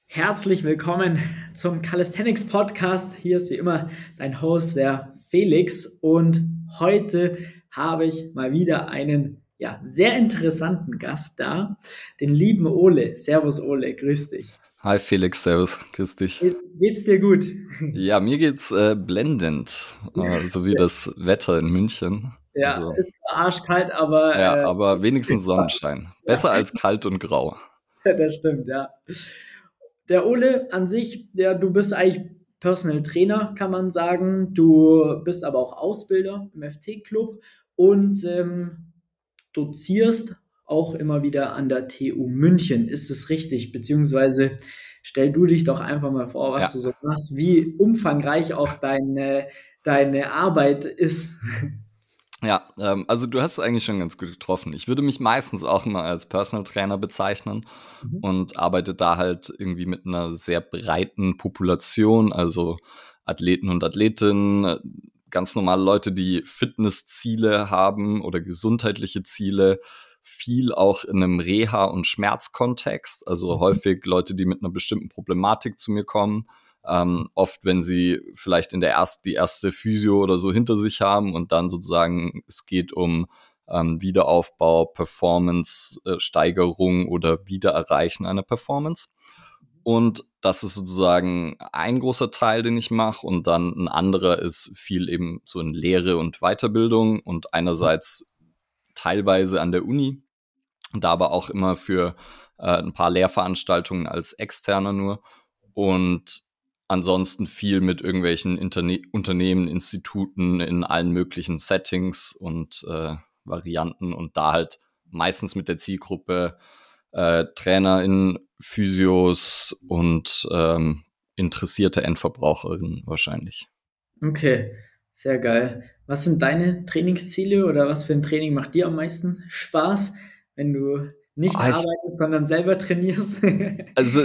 Herzlich willkommen zum Calisthenics Podcast. Hier ist wie immer dein Host, der Felix. Und heute habe ich mal wieder einen sehr interessanten Gast da, den lieben Ole. Servus Ole, grüß dich. Hi Felix, servus, grüß dich. Geht's dir gut? Ja, mir geht's blendend, so wie das Wetter in München. Ja, Also, ist zwar arschkalt, aber ja, aber wenigstens ja, Sonnenschein. Besser als kalt und grau. das stimmt, ja. Der Ole an sich, du bist eigentlich Personal Trainer, kann man sagen. Du bist aber auch Ausbilder im FT-Club und dozierst auch immer wieder an der TU München. Ist es richtig? Beziehungsweise stell du dich doch einfach mal vor, was Ja, du so machst, wie umfangreich auch deine Arbeit ist. ja, also du hast es eigentlich schon ganz gut getroffen. Ich würde mich meistens auch immer als Personal Trainer bezeichnen Mhm. und arbeite da halt irgendwie mit einer sehr breiten Population, also Athleten und Athletinnen, ganz normale Leute, die Fitnessziele haben oder gesundheitliche Ziele, viel auch in einem Reha- und Schmerzkontext, also häufig Leute, die mit einer bestimmten Problematik zu mir kommen. Oft, wenn sie vielleicht die erste Physio oder so hinter sich haben und dann sozusagen es geht um Wiederaufbau, Performance, Steigerung oder Wiedererreichen einer Performance. Und das ist sozusagen ein großer Teil, den ich mache. Und dann ein anderer ist viel eben so in Lehre und Weiterbildung und einerseits teilweise an der Uni und da aber auch immer für ein paar Lehrveranstaltungen als Externer nur. Und ansonsten viel mit irgendwelchen Unternehmen, Instituten in allen möglichen Settings und Varianten und da halt meistens mit der Zielgruppe TrainerInnen, Physios und interessierte Endverbraucherinnen wahrscheinlich. Okay, sehr geil. Was sind deine Trainingsziele oder was für ein Training macht dir am meisten Spaß, wenn du nicht Ah, arbeitest, sondern selber trainierst? also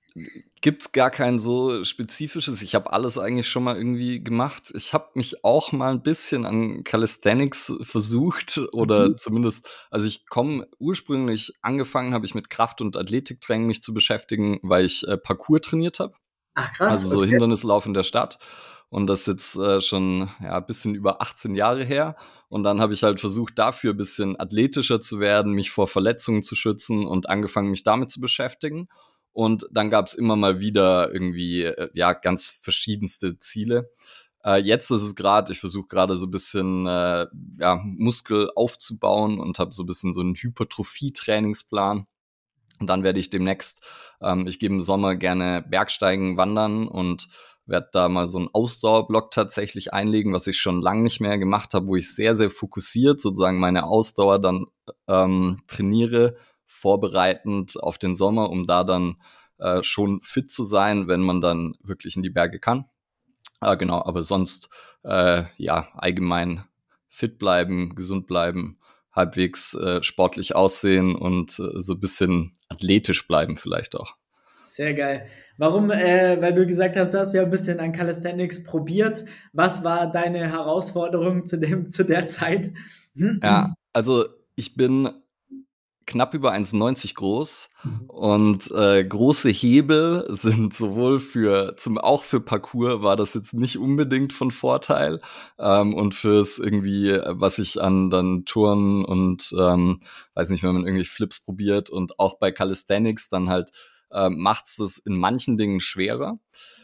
gibt's gar kein so spezifisches. Ich habe alles eigentlich schon mal irgendwie gemacht. Ich habe mich auch mal ein bisschen an Calisthenics versucht Mhm. oder zumindest, also ich komme ursprünglich angefangen habe ich mit Kraft- und Athletiktraining mich zu beschäftigen, weil ich Parkour trainiert habe. Ach Also krass, so okay. Hindernislauf in der Stadt. Und das ist jetzt schon ja ein bisschen über 18 Jahre her. Und dann habe ich halt versucht, dafür ein bisschen athletischer zu werden, mich vor Verletzungen zu schützen und angefangen, mich damit zu beschäftigen. Und dann gab es immer mal wieder irgendwie ja ganz verschiedenste Ziele. Jetzt ist es gerade, ich versuche gerade so ein bisschen ja, Muskel aufzubauen und habe so ein bisschen so einen Hypertrophie-Trainingsplan. Und dann werde ich demnächst, ich gehe im Sommer gerne Bergsteigen, wandern und werde da mal so einen Ausdauerblock tatsächlich einlegen, was ich schon lange nicht mehr gemacht habe, wo ich sehr, sehr fokussiert sozusagen meine Ausdauer dann trainiere, vorbereitend auf den Sommer, um da dann schon fit zu sein, wenn man dann wirklich in die Berge kann. Genau, aber sonst ja, allgemein fit bleiben, gesund bleiben, halbwegs sportlich aussehen und so ein bisschen athletisch bleiben vielleicht auch. Sehr geil. Warum? Weil du gesagt hast, du hast ja ein bisschen an Calisthenics probiert. Was war deine Herausforderung zu der Zeit? Ja, also ich bin knapp über 1,90 groß und große Hebel sind sowohl auch für Parkour war das jetzt nicht unbedingt von Vorteil und fürs irgendwie, was ich an dann Touren und weiß nicht, wenn man irgendwie Flips probiert und auch bei Calisthenics dann halt macht's das in manchen Dingen schwerer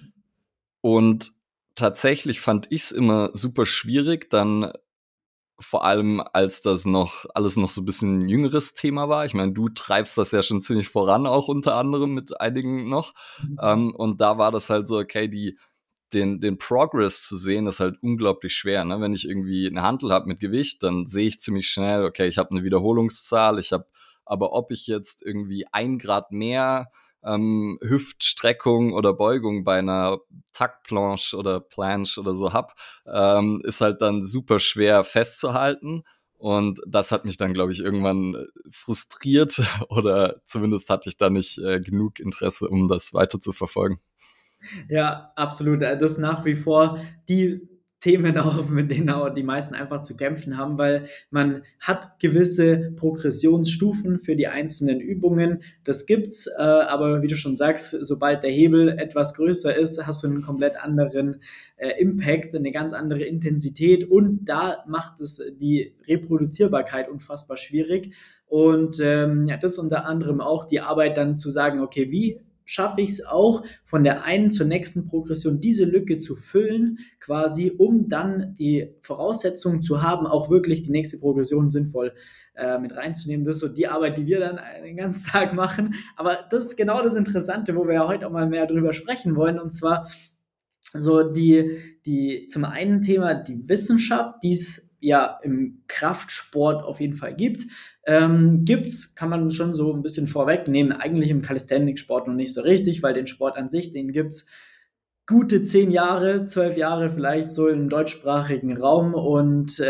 und tatsächlich fand ich's immer super schwierig, dann vor allem, als das noch alles noch so ein bisschen jüngeres Thema war. Ich meine, du treibst das ja schon ziemlich voran, auch unter anderem mit einigen noch. Und da war das halt so, okay, den Progress zu sehen, ist halt unglaublich schwer. Ne? Wenn ich irgendwie eine Hantel habe mit Gewicht, dann sehe ich ziemlich schnell, okay, ich habe eine Wiederholungszahl, aber ob ich jetzt irgendwie 1 Grad mehr Hüftstreckung oder Beugung bei einer Taktplanche oder Planche oder so hab, ist halt dann super schwer festzuhalten. Und das hat mich dann, glaube ich, irgendwann frustriert oder zumindest hatte ich da nicht genug Interesse, um das weiter zu verfolgen. Ja, absolut. Das ist nach wie vor die Themen auch, mit denen auch die meisten einfach zu kämpfen haben, weil man hat gewisse Progressionsstufen für die einzelnen Übungen. Das gibt's, aber wie du schon sagst, sobald der Hebel etwas größer ist, hast du einen komplett anderen Impact, eine ganz andere Intensität und da macht es die Reproduzierbarkeit unfassbar schwierig. Und ja, das ist unter anderem auch die Arbeit dann zu sagen, okay, wie schaffe ich es auch, von der einen zur nächsten Progression diese Lücke zu füllen, quasi, um dann die Voraussetzungen zu haben, auch wirklich die nächste Progression sinnvoll mit reinzunehmen. Das ist so die Arbeit, die wir dann den ganzen Tag machen. Aber das ist genau das Interessante, wo wir ja heute auch mal mehr drüber sprechen wollen. Und zwar so zum einen Thema die Wissenschaft, die es ja im Kraftsport auf jeden Fall gibt. Gibt's, kann man schon so ein bisschen vorwegnehmen, eigentlich im Calisthenics-Sport noch nicht so richtig, weil den Sport an sich, den gibt's gute 10 Jahre, 12 Jahre vielleicht so im deutschsprachigen Raum und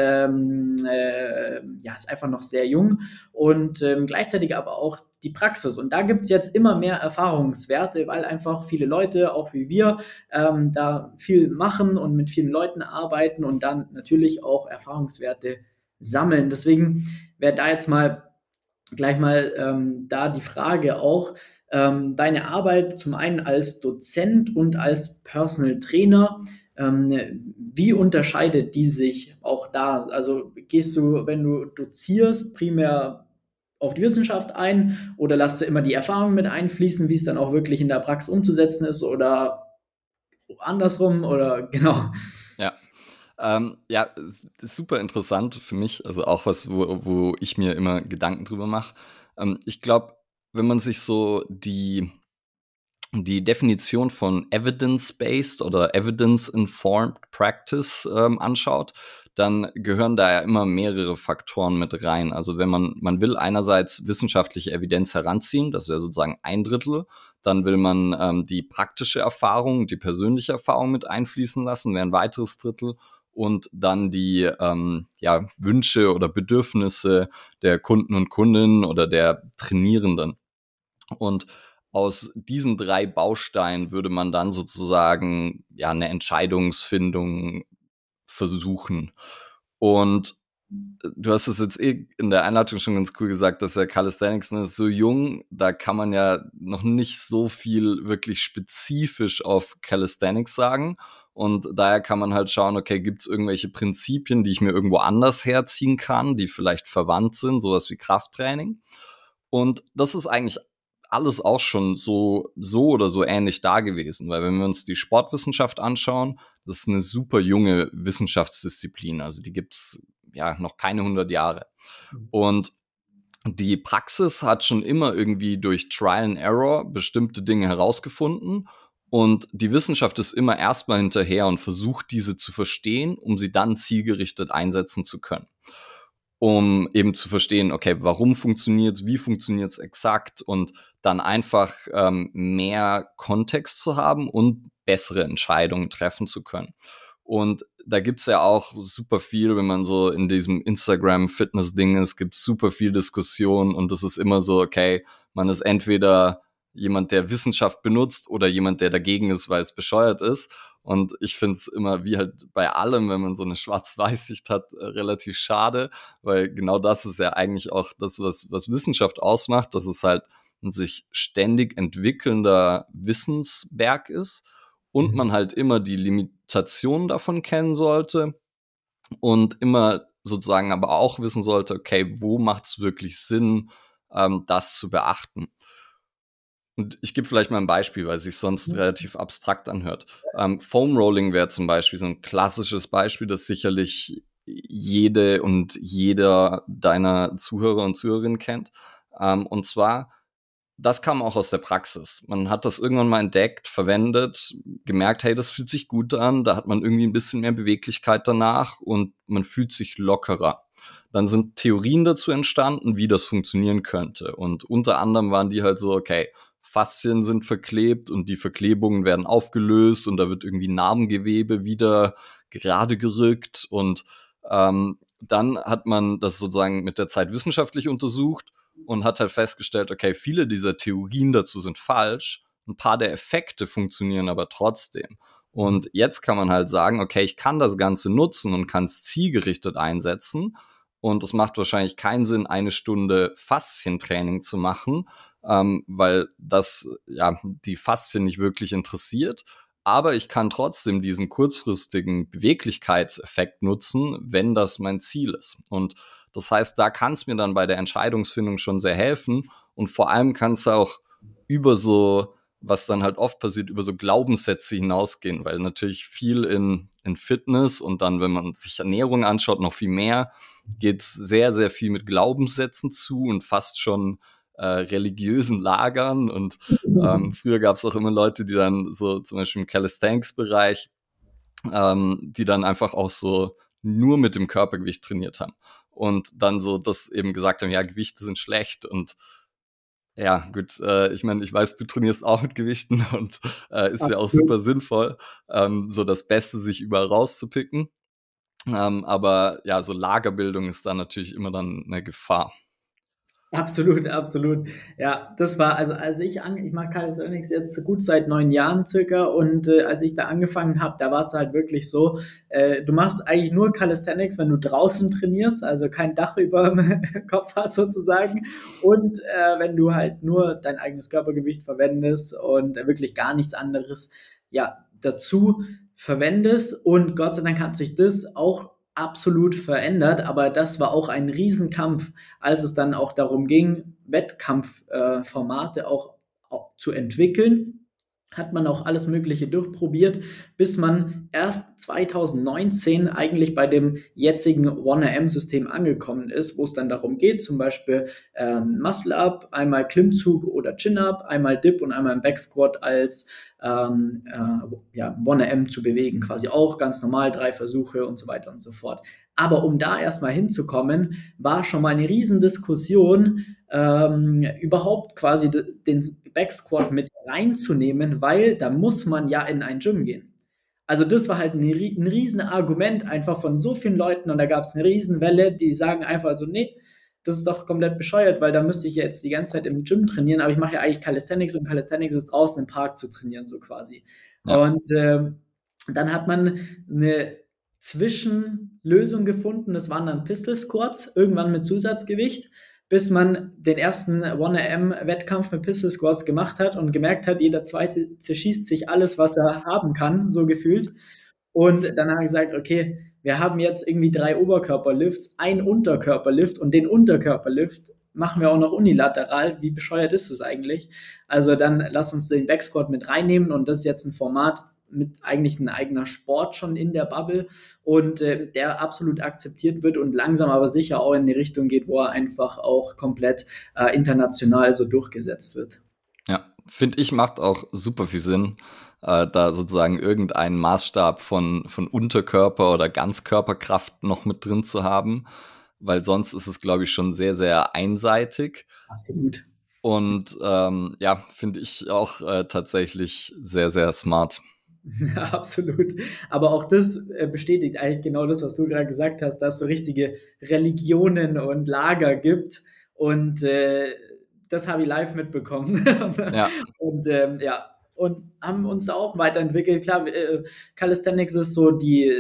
ja, ist einfach noch sehr jung und gleichzeitig aber auch die Praxis. Und da gibt es jetzt immer mehr Erfahrungswerte, weil einfach viele Leute, auch wie wir, da viel machen und mit vielen Leuten arbeiten und dann natürlich auch Erfahrungswerte sammeln. Deswegen wäre da jetzt mal gleich mal da die Frage auch, deine Arbeit zum einen als Dozent und als Personal Trainer, wie unterscheidet die sich auch da? Also gehst du, wenn du dozierst, primär auf die Wissenschaft ein oder lässt du immer die Erfahrung mit einfließen, wie es dann auch wirklich in der Praxis umzusetzen ist oder andersrum oder genau? Ja. Ja, es ist super interessant für mich, also auch was, wo ich mir immer Gedanken drüber mache. Ich glaube, wenn man sich so die Definition von Evidence-Based oder Evidence-Informed Practice anschaut, dann gehören da ja immer mehrere Faktoren mit rein. Also wenn man will einerseits wissenschaftliche Evidenz heranziehen, das wäre sozusagen ein Drittel, dann will man die praktische Erfahrung, die persönliche Erfahrung mit einfließen lassen, wäre ein weiteres Drittel und dann die ja, Wünsche oder Bedürfnisse der Kunden und Kundinnen oder der Trainierenden. Und aus diesen 3 Bausteinen würde man dann sozusagen ja eine Entscheidungsfindung versuchen. Und du hast es jetzt in der Einleitung schon ganz cool gesagt, dass ja Calisthenics ist so jung, da kann man ja noch nicht so viel wirklich spezifisch auf Calisthenics sagen. Und daher kann man halt schauen, okay, gibt es irgendwelche Prinzipien, die ich mir irgendwo anders herziehen kann, die vielleicht verwandt sind, sowas wie Krafttraining. Und das ist eigentlich alles auch schon so oder so ähnlich da gewesen, weil wenn wir uns die Sportwissenschaft anschauen, das ist eine super junge Wissenschaftsdisziplin, also die gibt's ja noch keine 100 Jahre. Und die Praxis hat schon immer irgendwie durch Trial and Error bestimmte Dinge herausgefunden und die Wissenschaft ist immer erstmal hinterher und versucht, diese zu verstehen, um sie dann zielgerichtet einsetzen zu können. Um eben zu verstehen, okay, warum funktioniert's, wie funktioniert's exakt und dann einfach mehr Kontext zu haben und bessere Entscheidungen treffen zu können. Und da gibt's ja auch super viel, wenn man so in diesem Instagram-Fitness-Ding ist, gibt's super viel Diskussion und es ist immer so, okay, man ist entweder jemand, der Wissenschaft benutzt oder jemand, der dagegen ist, weil es bescheuert ist. Und ich finde es immer, wie halt bei allem, wenn man so eine Schwarz-Weiß-Sicht hat, relativ schade, weil genau das ist ja eigentlich auch das, was Wissenschaft ausmacht, dass es halt ein sich ständig entwickelnder Wissensberg ist und man halt immer die Limitationen davon kennen sollte und immer sozusagen aber auch wissen sollte, okay, wo macht es wirklich Sinn, das zu beachten. Und ich gebe vielleicht mal ein Beispiel, weil es sich sonst relativ abstrakt anhört. Foam Rolling wäre zum Beispiel so ein klassisches Beispiel, das sicherlich jede und jeder deiner Zuhörer und Zuhörerinnen kennt. Und zwar, das kam auch aus der Praxis. Man hat das irgendwann mal entdeckt, verwendet, gemerkt, hey, das fühlt sich gut an, da hat man irgendwie ein bisschen mehr Beweglichkeit danach und man fühlt sich lockerer. Dann sind Theorien dazu entstanden, wie das funktionieren könnte. Und unter anderem waren die halt so, okay, Faszien sind verklebt und die Verklebungen werden aufgelöst und da wird irgendwie Narbengewebe wieder gerade gerückt und dann hat man das sozusagen mit der Zeit wissenschaftlich untersucht und hat halt festgestellt, okay, viele dieser Theorien dazu sind falsch, ein paar der Effekte funktionieren aber trotzdem. Und jetzt kann man halt sagen, okay, ich kann das Ganze nutzen und kann es zielgerichtet einsetzen. Und es macht wahrscheinlich keinen Sinn, 1 Stunde Faszientraining zu machen, weil das ja die Faszien nicht wirklich interessiert. Aber ich kann trotzdem diesen kurzfristigen Beweglichkeitseffekt nutzen, wenn das mein Ziel ist. Und das heißt, da kann es mir dann bei der Entscheidungsfindung schon sehr helfen. Und vor allem kann es auch über so, was dann halt oft passiert, über so Glaubenssätze hinausgehen, weil natürlich viel in Fitness und dann, wenn man sich Ernährung anschaut, noch viel mehr, geht es sehr, sehr viel mit Glaubenssätzen zu und fast schon religiösen Lagern. Und früher gab es auch immer Leute, die dann so zum Beispiel im Calisthenics-Bereich, die dann einfach auch so nur mit dem Körpergewicht trainiert haben. Und dann so das eben gesagt haben, ja, Gewichte sind schlecht und ja, gut, ich meine, ich weiß, du trainierst auch mit Gewichten und ist ja auch super sinnvoll, so das Beste sich überall rauszupicken. Aber ja, so Lagerbildung ist da natürlich immer dann eine Gefahr. Absolut, absolut. Ja, das war, also ich mache Calisthenics jetzt gut seit 9 Jahren circa und als ich da angefangen habe, da war es halt wirklich so, du machst eigentlich nur Calisthenics, wenn du draußen trainierst, also kein Dach über dem Kopf hast sozusagen und wenn du halt nur dein eigenes Körpergewicht verwendest und wirklich gar nichts anderes, ja, dazu verwendest und Gott sei Dank hat sich das auch absolut verändert, aber das war auch ein Riesenkampf, als es dann auch darum ging, Wettkampfformate auch zu entwickeln, hat man auch alles Mögliche durchprobiert, bis man erst 2019 eigentlich bei dem jetzigen 1AM-System angekommen ist, wo es dann darum geht, zum Beispiel Muscle-Up, einmal Klimmzug oder Chin-Up, einmal Dip und einmal ein Back-Squat als ja, 1AM zu bewegen, quasi auch ganz normal, 3 Versuche und so weiter und so fort. Aber um da erstmal hinzukommen, war schon mal eine Riesendiskussion, überhaupt quasi den Backsquat mit reinzunehmen, weil da muss man ja in ein Gym gehen. Also das war halt ein riesen Argument einfach von so vielen Leuten und da gab es eine Riesenwelle, die sagen einfach so, nee, das ist doch komplett bescheuert, weil da müsste ich ja jetzt die ganze Zeit im Gym trainieren, aber ich mache ja eigentlich Calisthenics und Calisthenics ist draußen im Park zu trainieren, so quasi. Ja. Und dann hat man eine Zwischenlösung gefunden, das waren dann Pistol Squats, irgendwann mit Zusatzgewicht, bis man den ersten 1AM-Wettkampf mit Pistol Squats gemacht hat und gemerkt hat, jeder Zweite zerschießt sich alles, was er haben kann, so gefühlt. Und dann haben wir gesagt, okay, wir haben jetzt irgendwie 3 Oberkörperlifts, ein Unterkörperlift und den Unterkörperlift machen wir auch noch unilateral. Wie bescheuert ist das eigentlich? Also dann lass uns den Backsquat mit reinnehmen und das ist jetzt ein Format mit eigentlich ein eigener Sport schon in der Bubble und der absolut akzeptiert wird und langsam aber sicher auch in die Richtung geht, wo er einfach auch komplett international so durchgesetzt wird. Ja, finde ich, macht auch super viel Sinn, da sozusagen irgendeinen Maßstab von Unterkörper- oder Ganzkörperkraft noch mit drin zu haben, weil sonst ist es, glaube ich, schon sehr, sehr einseitig. Absolut. Und ja, finde ich auch tatsächlich sehr, sehr smart. Ja, absolut. Aber auch das bestätigt eigentlich genau das, was du gerade gesagt hast, dass es so richtige Religionen und Lager gibt. Und das habe ich live mitbekommen. Ja, Und ja, und haben uns da auch weiterentwickelt. Klar, Calisthenics ist so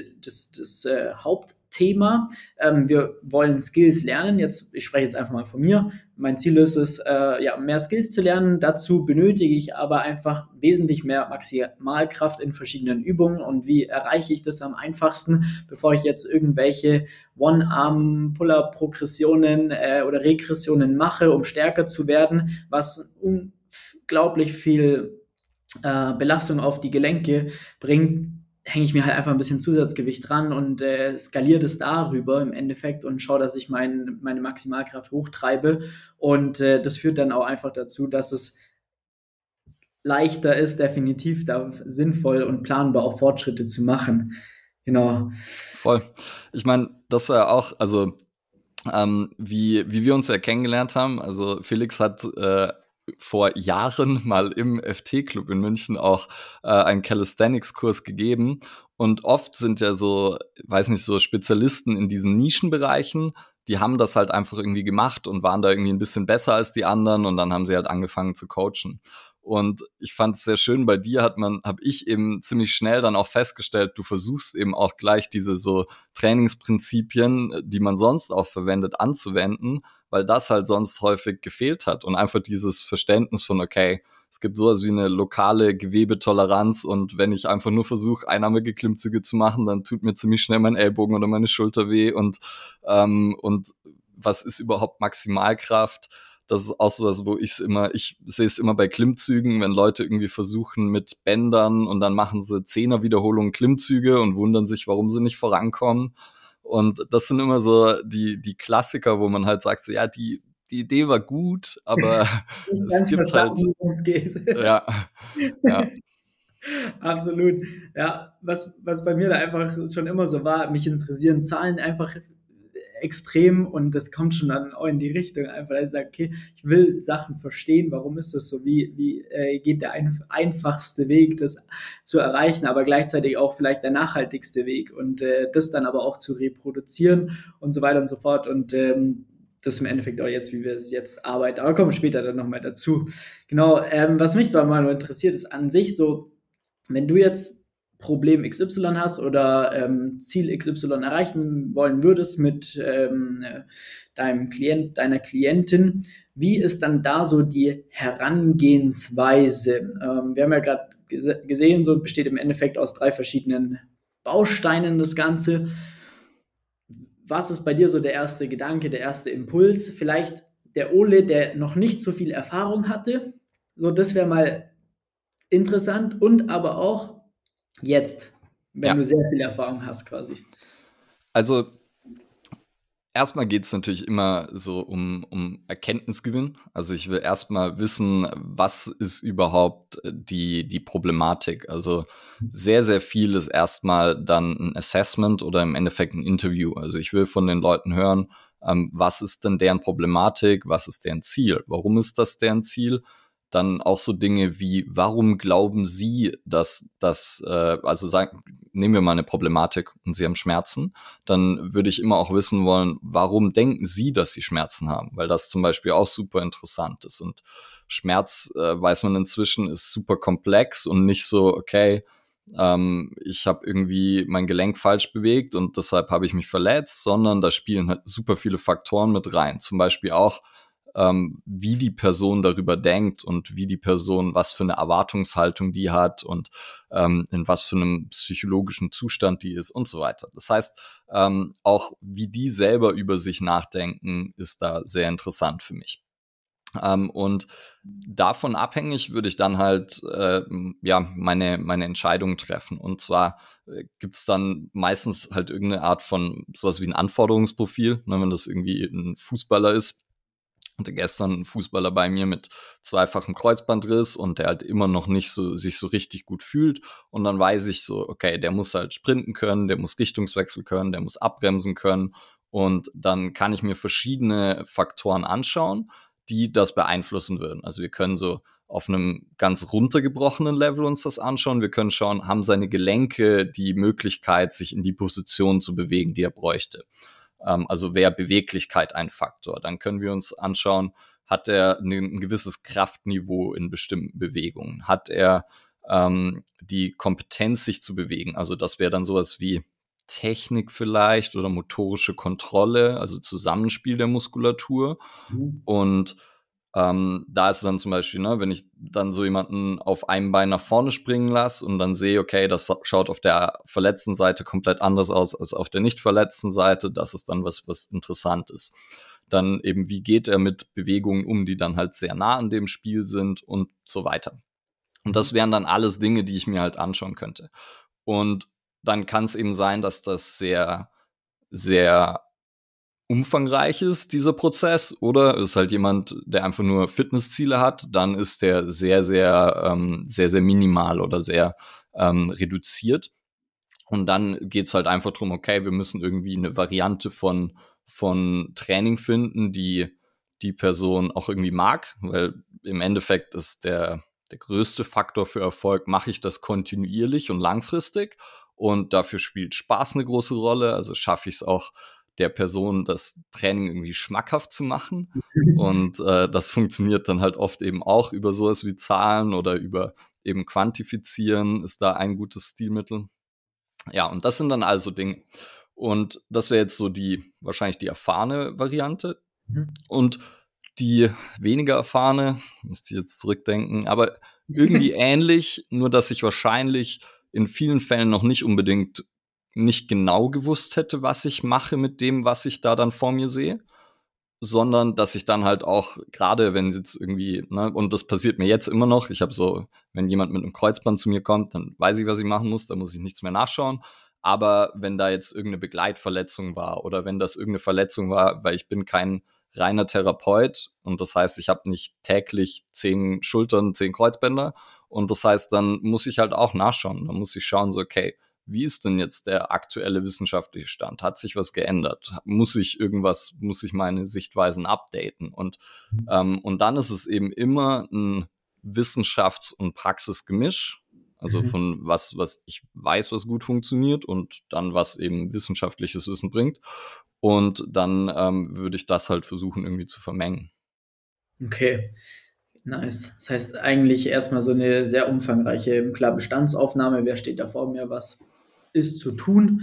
das Hauptthema. Wir wollen Skills lernen. Ich spreche jetzt einfach mal von mir. Mein Ziel ist es, ja, mehr Skills zu lernen. Dazu benötige ich aber einfach wesentlich mehr Maximalkraft in verschiedenen Übungen. Und wie erreiche ich das am einfachsten, bevor ich jetzt irgendwelche One-Arm-Pull-Up-Progressionen oder Regressionen mache, um stärker zu werden, was unglaublich viel Belastung auf die Gelenke bringt, hänge ich mir halt einfach ein bisschen Zusatzgewicht dran und skaliere das darüber im Endeffekt und schaue, dass ich meine Maximalkraft hochtreibe. Und das führt dann auch einfach dazu, dass es leichter ist, definitiv da sinnvoll und planbar auch Fortschritte zu machen. Genau. voll. Ich meine, das war ja auch, also wie wir uns ja kennengelernt haben. Also Felix hat vor Jahren mal im FT-Club in München auch einen Calisthenics-Kurs gegeben. Und oft sind ja so, weiß nicht, so Spezialisten in diesen Nischenbereichen, die haben das halt einfach irgendwie gemacht und waren da irgendwie ein bisschen besser als die anderen und dann haben sie halt angefangen zu coachen. Und ich fand es sehr schön, bei dir habe ich eben ziemlich schnell dann auch festgestellt, du versuchst eben auch gleich diese so Trainingsprinzipien, die man sonst auch verwendet, anzuwenden, weil das halt sonst häufig gefehlt hat. Und einfach dieses Verständnis von, okay, es gibt sowas wie eine lokale Gewebetoleranz und wenn ich einfach nur versuche, einarmige Klimmzüge zu machen, dann tut mir ziemlich schnell mein Ellbogen oder meine Schulter weh und was ist überhaupt Maximalkraft? Das ist auch sowas, ich sehe es immer bei Klimmzügen, wenn Leute irgendwie versuchen mit Bändern und dann machen sie 10er Wiederholungen Klimmzüge und wundern sich, warum sie nicht vorankommen. Und das sind immer so die Klassiker, wo man halt sagt, so ja, die Idee war gut, aber Nicht es ganz gibt halt, verstanden, worum es geht. ja, ja, Absolut. Ja, was bei mir da einfach schon immer so war, mich interessieren Zahlen einfach extrem und das kommt schon dann auch in die Richtung einfach, dass ich sage, okay, ich will Sachen verstehen, warum ist das so, wie geht der einfachste Weg, das zu erreichen, aber gleichzeitig auch vielleicht der nachhaltigste Weg und das dann aber auch zu reproduzieren und so weiter und so fort und das im Endeffekt auch jetzt, wie wir es jetzt arbeiten, aber kommen wir später dann nochmal dazu. Genau, was mich da mal interessiert, ist an sich so, wenn du jetzt Problem XY hast oder Ziel XY erreichen wollen würdest mit deinem Klient, deiner Klientin, wie ist dann da so die Herangehensweise? Wir haben ja gerade gesehen, so besteht im Endeffekt aus 3 verschiedenen Bausteinen das Ganze. Was ist bei dir so der erste Gedanke, der erste Impuls? Vielleicht der Ole, der noch nicht so viel Erfahrung hatte. So, das wäre mal interessant und aber auch jetzt, wenn ja. du sehr viel Erfahrung hast, quasi. Also erstmal geht es natürlich immer so um Erkenntnisgewinn. Also ich will erstmal wissen, was ist überhaupt die Problematik. Also sehr, sehr viel ist erstmal dann ein Assessment oder im Endeffekt ein Interview. Also ich will von den Leuten hören, was ist denn deren Problematik, was ist deren Ziel, warum ist das deren Ziel? Dann auch so Dinge wie, warum glauben Sie, dass das, nehmen wir mal eine Problematik und Sie haben Schmerzen, dann würde ich immer auch wissen wollen, warum denken Sie, dass Sie Schmerzen haben? Weil das zum Beispiel auch super interessant ist. Und Schmerz, weiß man inzwischen, ist super komplex und nicht so, okay, ich habe irgendwie mein Gelenk falsch bewegt und deshalb habe ich mich verletzt, sondern da spielen halt super viele Faktoren mit rein. Zum Beispiel auch, wie die Person darüber denkt und wie die Person, was für eine Erwartungshaltung die hat und in was für einem psychologischen Zustand die ist und so weiter. Das heißt, auch wie die selber über sich nachdenken, ist da sehr interessant für mich. Und davon abhängig würde ich dann halt meine Entscheidung treffen. Und zwar gibt's dann meistens halt irgendeine Art von sowas wie ein Anforderungsprofil, ne, wenn das irgendwie ein Fußballer ist. Hatte gestern einen Fußballer bei mir mit zweifachem Kreuzbandriss und der halt immer noch nicht so sich so richtig gut fühlt. Und dann weiß ich so, okay, der muss halt sprinten können, der muss Richtungswechsel können, der muss abbremsen können. Und dann kann ich mir verschiedene Faktoren anschauen, die das beeinflussen würden. Also wir können so auf einem ganz runtergebrochenen Level uns das anschauen. Wir können schauen, haben seine Gelenke die Möglichkeit, sich in die Position zu bewegen, die er bräuchte. Also wäre Beweglichkeit ein Faktor. Dann können wir uns anschauen, hat er ein gewisses Kraftniveau in bestimmten Bewegungen? Hat er die Kompetenz, sich zu bewegen? Also das wäre dann sowas wie Technik vielleicht oder motorische Kontrolle, also Zusammenspiel der Muskulatur. Mhm. Und da ist es dann zum Beispiel, ne, wenn ich dann so jemanden auf einem Bein nach vorne springen lasse und dann sehe, okay, das schaut auf der verletzten Seite komplett anders aus als auf der nicht verletzten Seite, das ist dann was interessant ist. Dann eben, wie geht er mit Bewegungen um, die dann halt sehr nah an dem Spiel sind und so weiter. Und das wären dann alles Dinge, die ich mir halt anschauen könnte. Und dann kann es eben sein, dass das sehr, sehr umfangreich ist, dieser Prozess, oder ist halt jemand, der einfach nur Fitnessziele hat, dann ist der sehr, sehr minimal oder sehr reduziert. Und dann geht's halt einfach drum, okay, wir müssen irgendwie eine Variante von Training finden, die Person auch irgendwie mag, weil im Endeffekt ist der größte Faktor für Erfolg, mache ich das kontinuierlich und langfristig und dafür spielt Spaß eine große Rolle, also schaffe ich es auch der Person das Training irgendwie schmackhaft zu machen. Und das funktioniert dann halt oft eben auch über sowas wie Zahlen oder über eben Quantifizieren ist da ein gutes Stilmittel. Ja, und das sind dann also Dinge. Und das wäre jetzt so wahrscheinlich die erfahrene Variante. Mhm. Und die weniger erfahrene, müsste ich jetzt zurückdenken, aber irgendwie ähnlich, nur dass ich wahrscheinlich in vielen Fällen noch nicht unbedingt nicht genau gewusst hätte, was ich mache mit dem, was ich da dann vor mir sehe, sondern dass ich dann halt auch, gerade wenn jetzt irgendwie, ne, und das passiert mir jetzt immer noch, ich habe so, wenn jemand mit einem Kreuzband zu mir kommt, dann weiß ich, was ich machen muss, da muss ich nichts mehr nachschauen. Aber wenn da jetzt irgendeine Begleitverletzung war oder wenn das irgendeine Verletzung war, weil ich bin kein reiner Therapeut und das heißt, ich habe nicht täglich 10 Schultern, 10 Kreuzbänder und das heißt, dann muss ich halt auch nachschauen. Dann muss ich schauen, so, okay, wie ist denn jetzt der aktuelle wissenschaftliche Stand? Hat sich was geändert? Muss ich meine Sichtweisen updaten? Und dann ist es eben immer ein Wissenschafts- und Praxisgemisch. Also Mhm. von was ich weiß, was gut funktioniert und dann was eben wissenschaftliches Wissen bringt. Und dann würde ich das halt versuchen irgendwie zu vermengen. Okay, nice. Das heißt eigentlich erstmal so eine sehr umfangreiche, klar, Bestandsaufnahme, wer steht da vor mir, was ist zu tun.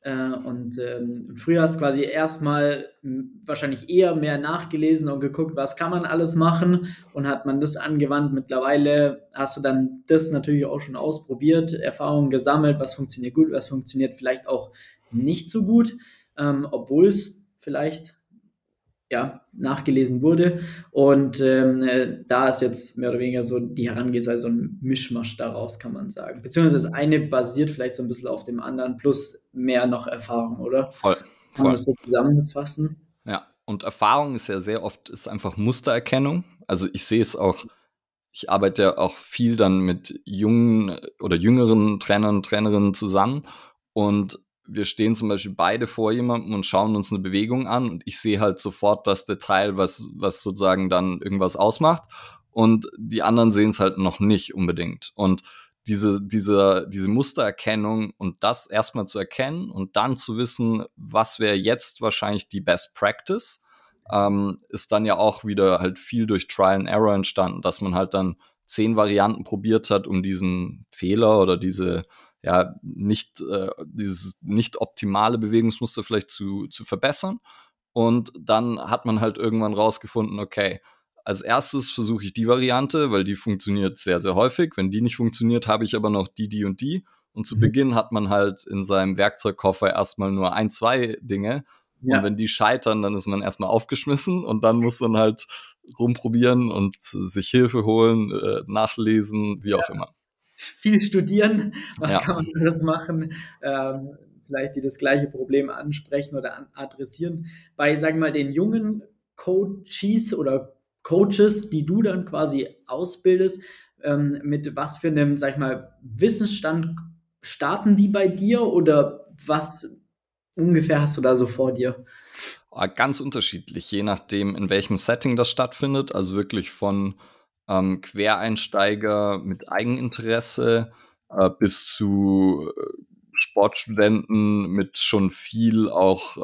Früher hast du quasi erstmal wahrscheinlich eher mehr nachgelesen und geguckt, was kann man alles machen und hat man das angewandt. Mittlerweile hast du dann das natürlich auch schon ausprobiert, Erfahrungen gesammelt, was funktioniert gut, was funktioniert vielleicht auch nicht so gut, obwohl es vielleicht ja, nachgelesen wurde. Da ist jetzt mehr oder weniger so die Herangehensweise, so ein Mischmasch daraus, kann man sagen. Beziehungsweise das eine basiert vielleicht so ein bisschen auf dem anderen, plus mehr noch Erfahrung, oder? Voll, Kann man voll. das so zusammenfassen? Ja. Und Erfahrung ist ja sehr oft ist einfach Mustererkennung. Also ich sehe es auch, ich arbeite ja auch viel dann mit jungen oder jüngeren Trainern und Trainerinnen zusammen und wir stehen zum Beispiel beide vor jemandem und schauen uns eine Bewegung an und ich sehe halt sofort das Detail, was sozusagen dann irgendwas ausmacht und die anderen sehen es halt noch nicht unbedingt. Und diese Mustererkennung und das erstmal zu erkennen und dann zu wissen, was wäre jetzt wahrscheinlich die Best Practice, ist dann ja auch wieder halt viel durch Trial and Error entstanden, dass man halt dann 10 Varianten probiert hat, um diesen Fehler oder dieses nicht optimale Bewegungsmuster vielleicht zu verbessern. Und dann hat man halt irgendwann rausgefunden, okay, als erstes versuche ich die Variante, weil die funktioniert sehr, sehr häufig. Wenn die nicht funktioniert, habe ich aber noch die und die. Und zu Mhm. Beginn hat man halt in seinem Werkzeugkoffer erstmal nur 1, 2 Dinge. Und Ja. wenn die scheitern, dann ist man erstmal aufgeschmissen und dann muss man halt rumprobieren und sich Hilfe holen, nachlesen, wie auch immer. Viel studieren, was Ja, kann man alles machen, vielleicht die das gleiche Problem ansprechen oder adressieren. Bei, sagen wir mal, den jungen Coaches oder Coaches, die du dann quasi ausbildest, mit was für einem, sag ich mal, Wissensstand starten die bei dir oder was ungefähr hast du da so vor dir? ganz unterschiedlich, je nachdem, in welchem Setting das stattfindet. Also wirklich von Quereinsteiger mit Eigeninteresse bis zu Sportstudenten mit schon viel auch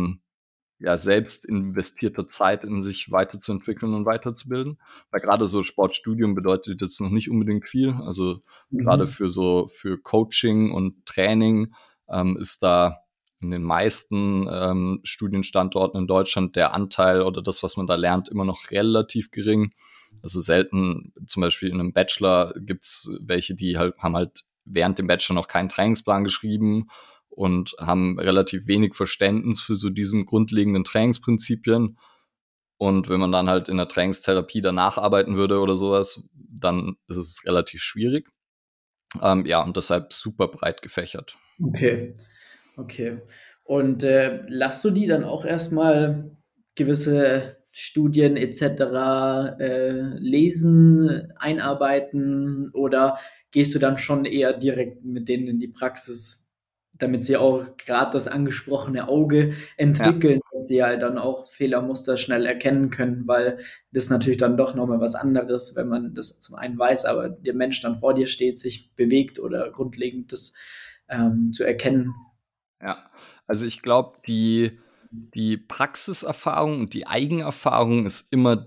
selbst investierter Zeit in sich weiterzuentwickeln und weiterzubilden. Weil gerade so Sportstudium bedeutet jetzt noch nicht unbedingt viel. Also gerade Mhm. für Coaching und Training ist da in den meisten Studienstandorten in Deutschland der Anteil oder das, was man da lernt, immer noch relativ gering. Also selten, zum Beispiel in einem Bachelor gibt's welche, die halt haben halt während dem Bachelor noch keinen Trainingsplan geschrieben und haben relativ wenig Verständnis für so diesen grundlegenden Trainingsprinzipien. Und wenn man dann halt in der Trainingstherapie danach arbeiten würde oder sowas, dann ist es relativ schwierig. Ja, und deshalb super breit gefächert. Okay, okay. Lasst du die dann auch erstmal gewisse Studien et cetera, lesen, einarbeiten oder gehst du dann schon eher direkt mit denen in die Praxis, damit sie auch gerade das angesprochene Auge Ja, entwickeln, dass sie halt dann auch Fehlermuster schnell erkennen können, weil das natürlich dann doch noch mal was anderes, wenn man das zum einen weiß, aber der Mensch dann vor dir steht, sich bewegt oder grundlegend das zu erkennen. ja. Also ich glaube, die Praxiserfahrung und die Eigenerfahrung ist immer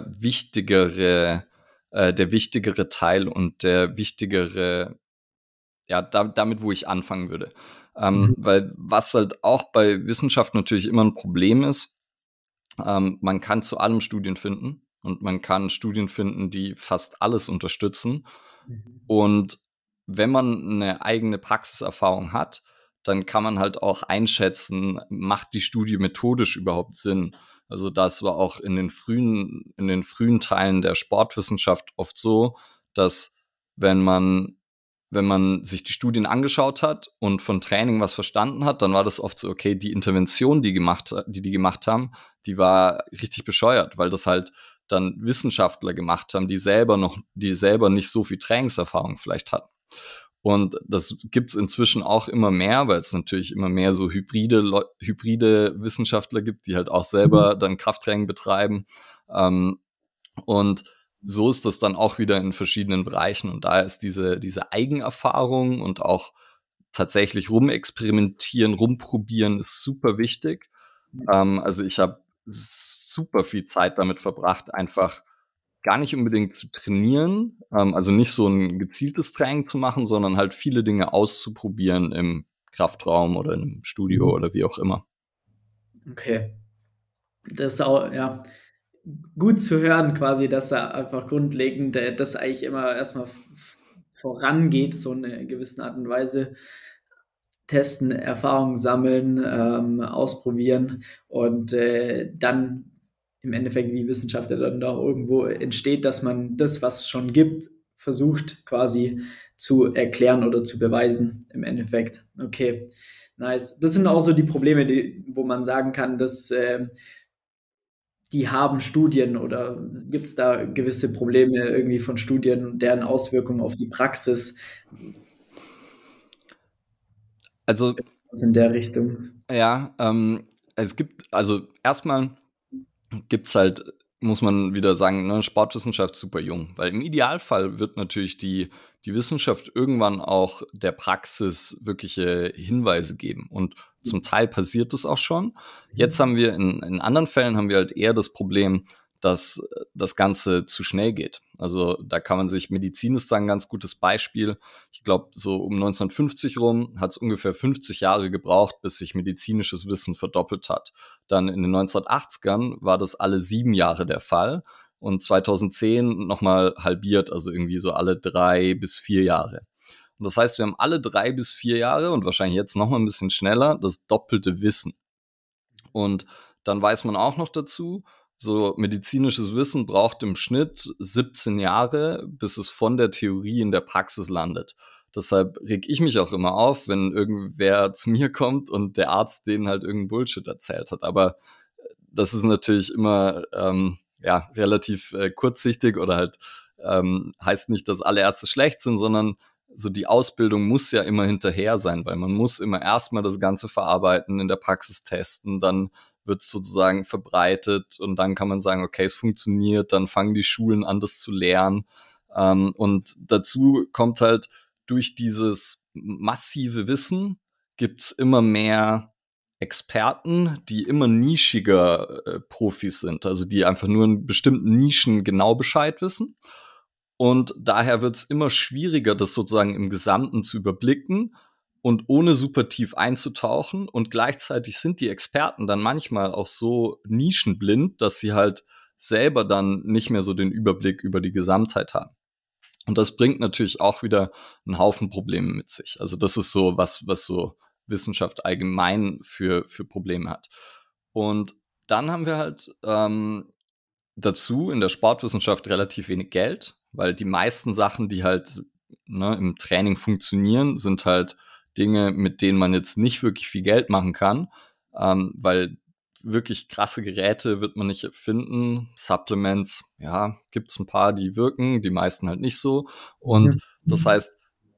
der wichtigere Teil und der wichtigere, ja, damit, wo ich anfangen würde. Mhm. Weil was halt auch bei Wissenschaft natürlich immer ein Problem ist, man kann zu allem Studien finden und man kann Studien finden, die fast alles unterstützen. Mhm. Und wenn man eine eigene Praxiserfahrung hat, dann kann man halt auch einschätzen, macht die Studie methodisch überhaupt Sinn? Also das war auch in den frühen Teilen der Sportwissenschaft oft so, dass wenn man wenn man sich die Studien angeschaut hat und von Training was verstanden hat, dann war das oft so, okay, die Intervention, die die gemacht haben, die war richtig bescheuert, weil das halt dann Wissenschaftler gemacht haben, die selber nicht so viel Trainingserfahrung vielleicht hatten. Und das gibt's inzwischen auch immer mehr, weil es natürlich immer mehr so hybride Wissenschaftler gibt, die halt auch Mhm. selber dann Krafttraining betreiben. Ähm, und so ist das dann auch wieder in verschiedenen Bereichen. Und da ist diese Eigenerfahrung und auch tatsächlich rumexperimentieren, rumprobieren ist super wichtig. Also ich habe super viel Zeit damit verbracht, einfach gar nicht unbedingt zu trainieren, also nicht so ein gezieltes Training zu machen, sondern halt viele Dinge auszuprobieren im Kraftraum oder im Studio Mhm. oder wie auch immer. Okay. Das ist auch, ja, gut zu hören quasi, dass da einfach grundlegend, das eigentlich immer erstmal vorangeht, so in 'ner gewissen Art und Weise. Testen, Erfahrungen sammeln, ausprobieren und, dann im Endeffekt wie Wissenschaft ja dann da irgendwo entsteht, dass man das, was es schon gibt, versucht quasi zu erklären oder zu beweisen im Endeffekt. Okay, nice. Das sind auch so die Probleme, wo man sagen kann, dass, die haben Studien oder gibt es da gewisse Probleme irgendwie von Studien und deren Auswirkungen auf die Praxis, Also was in der Richtung? ja, es gibt, also erstmal gibt's halt, muss man wieder sagen, ne, Sportwissenschaft super jung, weil im Idealfall wird natürlich die Wissenschaft irgendwann auch der Praxis wirkliche Hinweise geben und zum Teil passiert es auch schon. Jetzt haben wir in anderen Fällen haben wir halt eher das Problem, dass das Ganze zu schnell geht. Also da kann man sich, Medizin ist da ein ganz gutes Beispiel. Ich glaube, so um 1950 rum hat es ungefähr 50 Jahre gebraucht, bis sich medizinisches Wissen verdoppelt hat. Dann in den 1980ern war das alle 7 Jahre der Fall und 2010 nochmal halbiert, also irgendwie so alle 3 bis 4 Jahre. Und das heißt, wir haben alle 3 bis 4 Jahre und wahrscheinlich jetzt nochmal ein bisschen schneller das doppelte Wissen. Und dann weiß man auch noch dazu, so medizinisches Wissen braucht im Schnitt 17 Jahre, bis es von der Theorie in der Praxis landet. Deshalb reg ich mich auch immer auf, wenn irgendwer zu mir kommt und der Arzt denen halt irgendeinen Bullshit erzählt hat. Aber das ist natürlich immer ja, relativ kurzsichtig oder halt heißt nicht, dass alle Ärzte schlecht sind, sondern so die Ausbildung muss ja immer hinterher sein, weil man muss immer erstmal das Ganze verarbeiten, in der Praxis testen, dann wird es sozusagen verbreitet und dann kann man sagen, okay, es funktioniert, dann fangen die Schulen an, das zu lernen. Und dazu kommt halt durch dieses massive Wissen gibt's immer mehr Experten, die immer nischiger Profis sind, also die einfach nur in bestimmten Nischen genau Bescheid wissen. Und daher wird es immer schwieriger, das sozusagen im Gesamten zu überblicken und ohne super tief einzutauchen. Und gleichzeitig sind die Experten dann manchmal auch so nischenblind, dass sie halt selber dann nicht mehr so den Überblick über die Gesamtheit haben. Und das bringt natürlich auch wieder einen Haufen Probleme mit sich. Also das ist so was so Wissenschaft allgemein für Probleme hat. Und dann haben wir halt dazu in der Sportwissenschaft relativ wenig Geld, weil die meisten Sachen, die halt im Training funktionieren, sind halt Dinge, mit denen man jetzt nicht wirklich viel Geld machen kann, weil wirklich krasse Geräte wird man nicht finden. Supplements, ja, gibt's ein paar, die wirken, die meisten halt nicht so. Und Mhm. das heißt,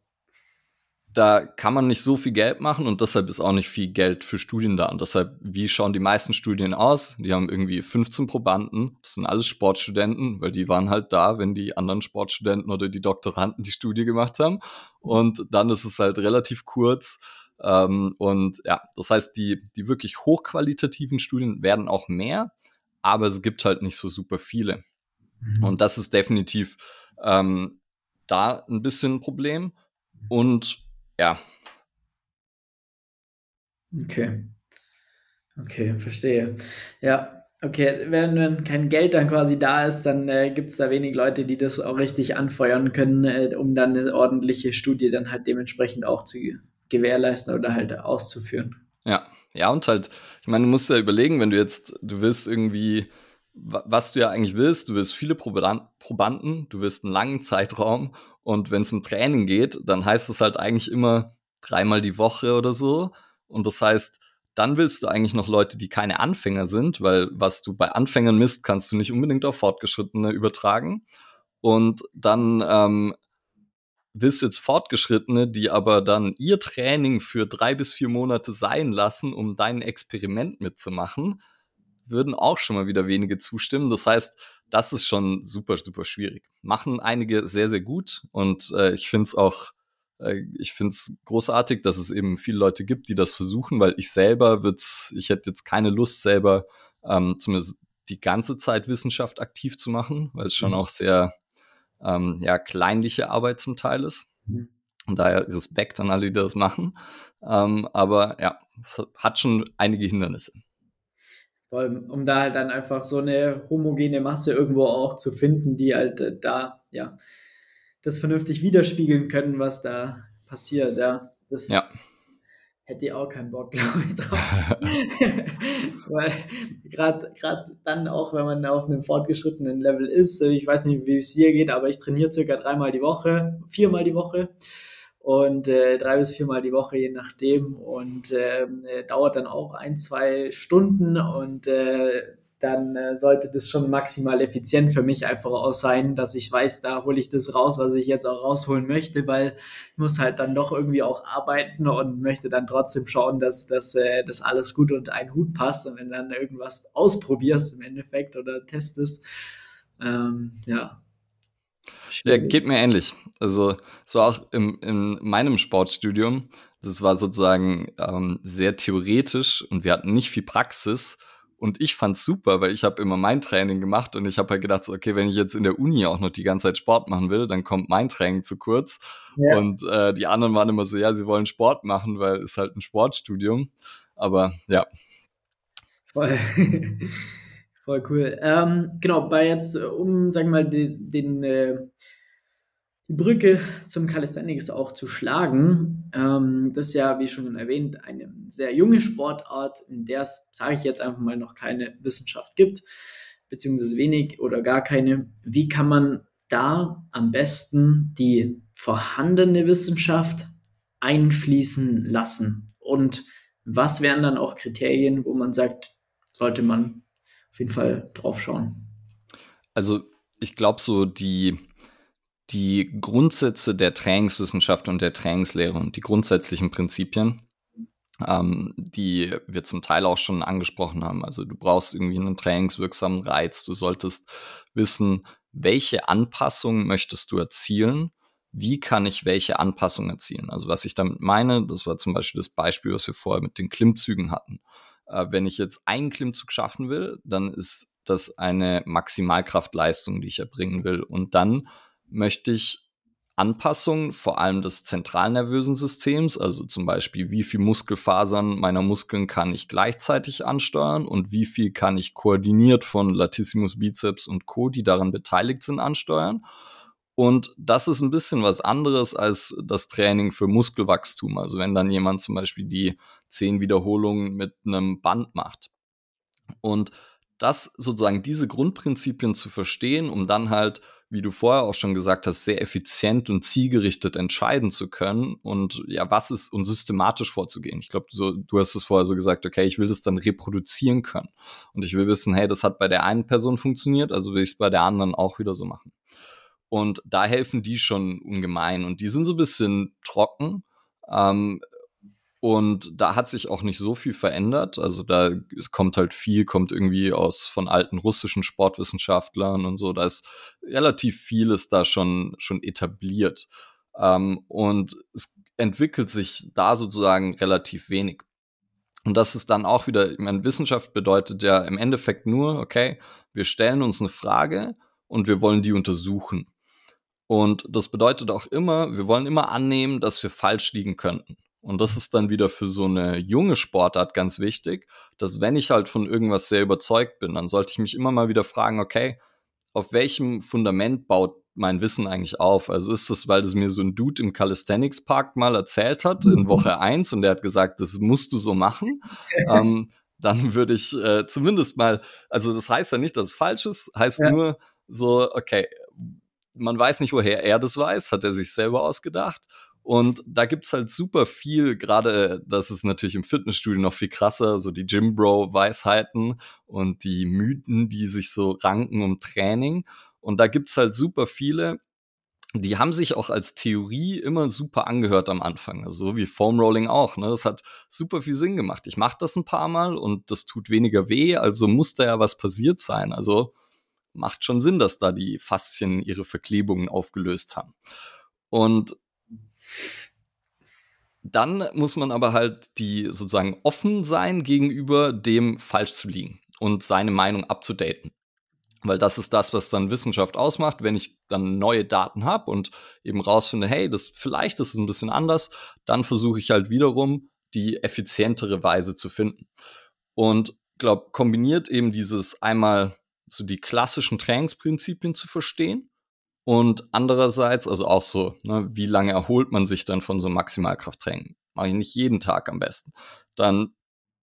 da kann man nicht so viel Geld machen und deshalb ist auch nicht viel Geld für Studien da. Und deshalb, wie schauen die meisten Studien aus? Die haben irgendwie 15 Probanden, das sind alles Sportstudenten, weil die waren halt da, wenn die anderen Sportstudenten oder die Doktoranden die Studie gemacht haben. Und dann ist es halt relativ kurz. Und ja, das heißt, die wirklich hochqualitativen Studien werden auch mehr, aber es gibt halt nicht so super viele. Und das ist definitiv da ein bisschen ein Problem. Und ja. Okay, verstehe. Ja, okay, wenn kein Geld dann quasi da ist, dann gibt es da wenig Leute, die das auch richtig anfeuern können, um dann eine ordentliche Studie dann halt dementsprechend auch zu gewährleisten oder halt auszuführen. Ja, und halt, ich meine, du musst ja überlegen, wenn du willst irgendwie, was du ja eigentlich willst, du willst viele Probanden, du willst einen langen Zeitraum und wenn es um Training geht, dann heißt es halt eigentlich immer 3-mal die Woche oder so und das heißt, dann willst du eigentlich noch Leute, die keine Anfänger sind, weil was du bei Anfängern misst, kannst du nicht unbedingt auf Fortgeschrittene übertragen und dann willst du jetzt Fortgeschrittene, die aber dann ihr Training für 3 bis 4 Monate sein lassen, um dein Experiment mitzumachen, würden auch schon mal wieder wenige zustimmen. Das heißt, das ist schon super, super schwierig. Machen einige sehr, sehr gut und ich finde es großartig, dass es eben viele Leute gibt, die das versuchen, weil ich hätte jetzt keine Lust selber zumindest die ganze Zeit Wissenschaft aktiv zu machen, weil es schon auch sehr kleinliche Arbeit zum Teil ist. Und daher Respekt an alle, die das machen. Aber ja, es hat schon einige Hindernisse. Vor allem, um da halt dann einfach so eine homogene Masse irgendwo auch zu finden, die halt da, ja, das vernünftig widerspiegeln können, was da passiert, ja. Das Ja. hätte ich auch keinen Bock, glaube ich, drauf. Weil gerade dann auch, wenn man auf einem fortgeschrittenen Level ist, ich weiß nicht, wie es dir geht, aber ich trainiere circa 3-mal die Woche, 4-mal die Woche und 3 bis 4-mal die Woche, je nachdem und dauert dann auch 1-2 Stunden und dann sollte das schon maximal effizient für mich einfach auch sein, dass ich weiß, da hole ich das raus, was ich jetzt auch rausholen möchte, weil ich muss halt dann doch irgendwie auch arbeiten und möchte dann trotzdem schauen, dass das alles gut unter einen Hut passt. Und wenn dann irgendwas ausprobierst im Endeffekt oder testest, ja, Ja, schwierig. geht mir ähnlich. Also es war auch in meinem Sportstudium, das war sozusagen sehr theoretisch und wir hatten nicht viel Praxis. Und ich fand's super, weil ich habe immer mein Training gemacht und ich habe halt gedacht, so, okay, wenn ich jetzt in der Uni auch noch die ganze Zeit Sport machen will, dann kommt mein Training zu kurz. Ja, Und die anderen waren immer so, ja, sie wollen Sport machen, weil es halt ein Sportstudium. Aber ja. voll. Voll cool. Genau, bei jetzt, um, sagen wir mal, die Brücke zum Calisthenics auch zu schlagen. Das ist ja, wie schon erwähnt, eine sehr junge Sportart, in der es, sage ich jetzt einfach mal, noch keine Wissenschaft gibt, beziehungsweise wenig oder gar keine. Wie kann man da am besten die vorhandene Wissenschaft einfließen lassen? Und was wären dann auch Kriterien, wo man sagt, sollte man auf jeden Fall drauf schauen? Also ich glaube so die Grundsätze der Trainingswissenschaft und der Trainingslehre und die grundsätzlichen Prinzipien, die wir zum Teil auch schon angesprochen haben. Also du brauchst irgendwie einen trainingswirksamen Reiz. Du solltest wissen, welche Anpassungen möchtest du erzielen? Wie kann ich welche Anpassungen erzielen? Also was ich damit meine, das war zum Beispiel das Beispiel, was wir vorher mit den Klimmzügen hatten. Wenn ich jetzt einen Klimmzug schaffen will, dann ist das eine Maximalkraftleistung, die ich erbringen will. Und dann möchte ich Anpassungen, vor allem des zentralnervösen Systems, also zum Beispiel, wie viel Muskelfasern meiner Muskeln kann ich gleichzeitig ansteuern und wie viel kann ich koordiniert von Latissimus Bizeps und Co., die daran beteiligt sind, ansteuern. Und das ist ein bisschen was anderes als das Training für Muskelwachstum. Also wenn dann jemand zum Beispiel die 10 Wiederholungen mit einem Band macht. Und das sozusagen diese Grundprinzipien zu verstehen, um dann halt, wie du vorher auch schon gesagt hast, sehr effizient und zielgerichtet entscheiden zu können und ja, was ist und systematisch vorzugehen. Ich glaube, du hast es vorher so gesagt, okay, ich will das dann reproduzieren können. Und ich will wissen, hey, das hat bei der einen Person funktioniert, also will ich es bei der anderen auch wieder so machen. Und da helfen die schon ungemein. Und die sind so ein bisschen trocken. Und da hat sich auch nicht so viel verändert. Also da es kommt halt viel, kommt irgendwie von alten russischen Sportwissenschaftlern und so. Da ist relativ vieles da schon etabliert. Und entwickelt sich da sozusagen relativ wenig. Und das ist dann auch wieder, ich meine, Wissenschaft bedeutet ja im Endeffekt nur, okay, wir stellen uns eine Frage und wir wollen die untersuchen. Und das bedeutet auch immer, wir wollen immer annehmen, dass wir falsch liegen könnten. Und das ist dann wieder für so eine junge Sportart ganz wichtig, dass wenn ich halt von irgendwas sehr überzeugt bin, dann sollte ich mich immer mal wieder fragen, okay, auf welchem Fundament baut mein Wissen eigentlich auf? Also ist das, weil das mir so ein Dude im Calisthenics Park mal erzählt hat in Woche 1 und der hat gesagt, das musst du so machen? Dann würde ich zumindest mal, also das heißt ja nicht, dass es falsch ist, heißt Ja. nur so, okay, man weiß nicht, woher er das weiß, hat er sich selber ausgedacht. Und da gibt's halt super viel, gerade das ist natürlich im Fitnessstudio noch viel krasser, so die Gym-Bro-Weisheiten und die Mythen, die sich so ranken um Training. Und da gibt's halt super viele, die haben sich auch als Theorie immer super angehört am Anfang. Also so wie Foam Rolling auch. Ne? Das hat super viel Sinn gemacht. Ich mache das ein paar Mal und das tut weniger weh, also muss da ja was passiert sein. Also macht schon Sinn, dass da die Faszien ihre Verklebungen aufgelöst haben. Und dann muss man aber halt die sozusagen offen sein gegenüber dem falsch zu liegen und seine Meinung abzudaten. Weil das ist das, was dann Wissenschaft ausmacht. Wenn ich dann neue Daten habe und eben rausfinde, hey, vielleicht ist es ein bisschen anders, dann versuche ich halt wiederum die effizientere Weise zu finden. Und glaube, kombiniert eben dieses einmal so die klassischen Trainingsprinzipien zu verstehen und andererseits, also auch so, ne, wie lange erholt man sich dann von so einem Maximalkrafttraining? Mache ich nicht jeden Tag am besten. Dann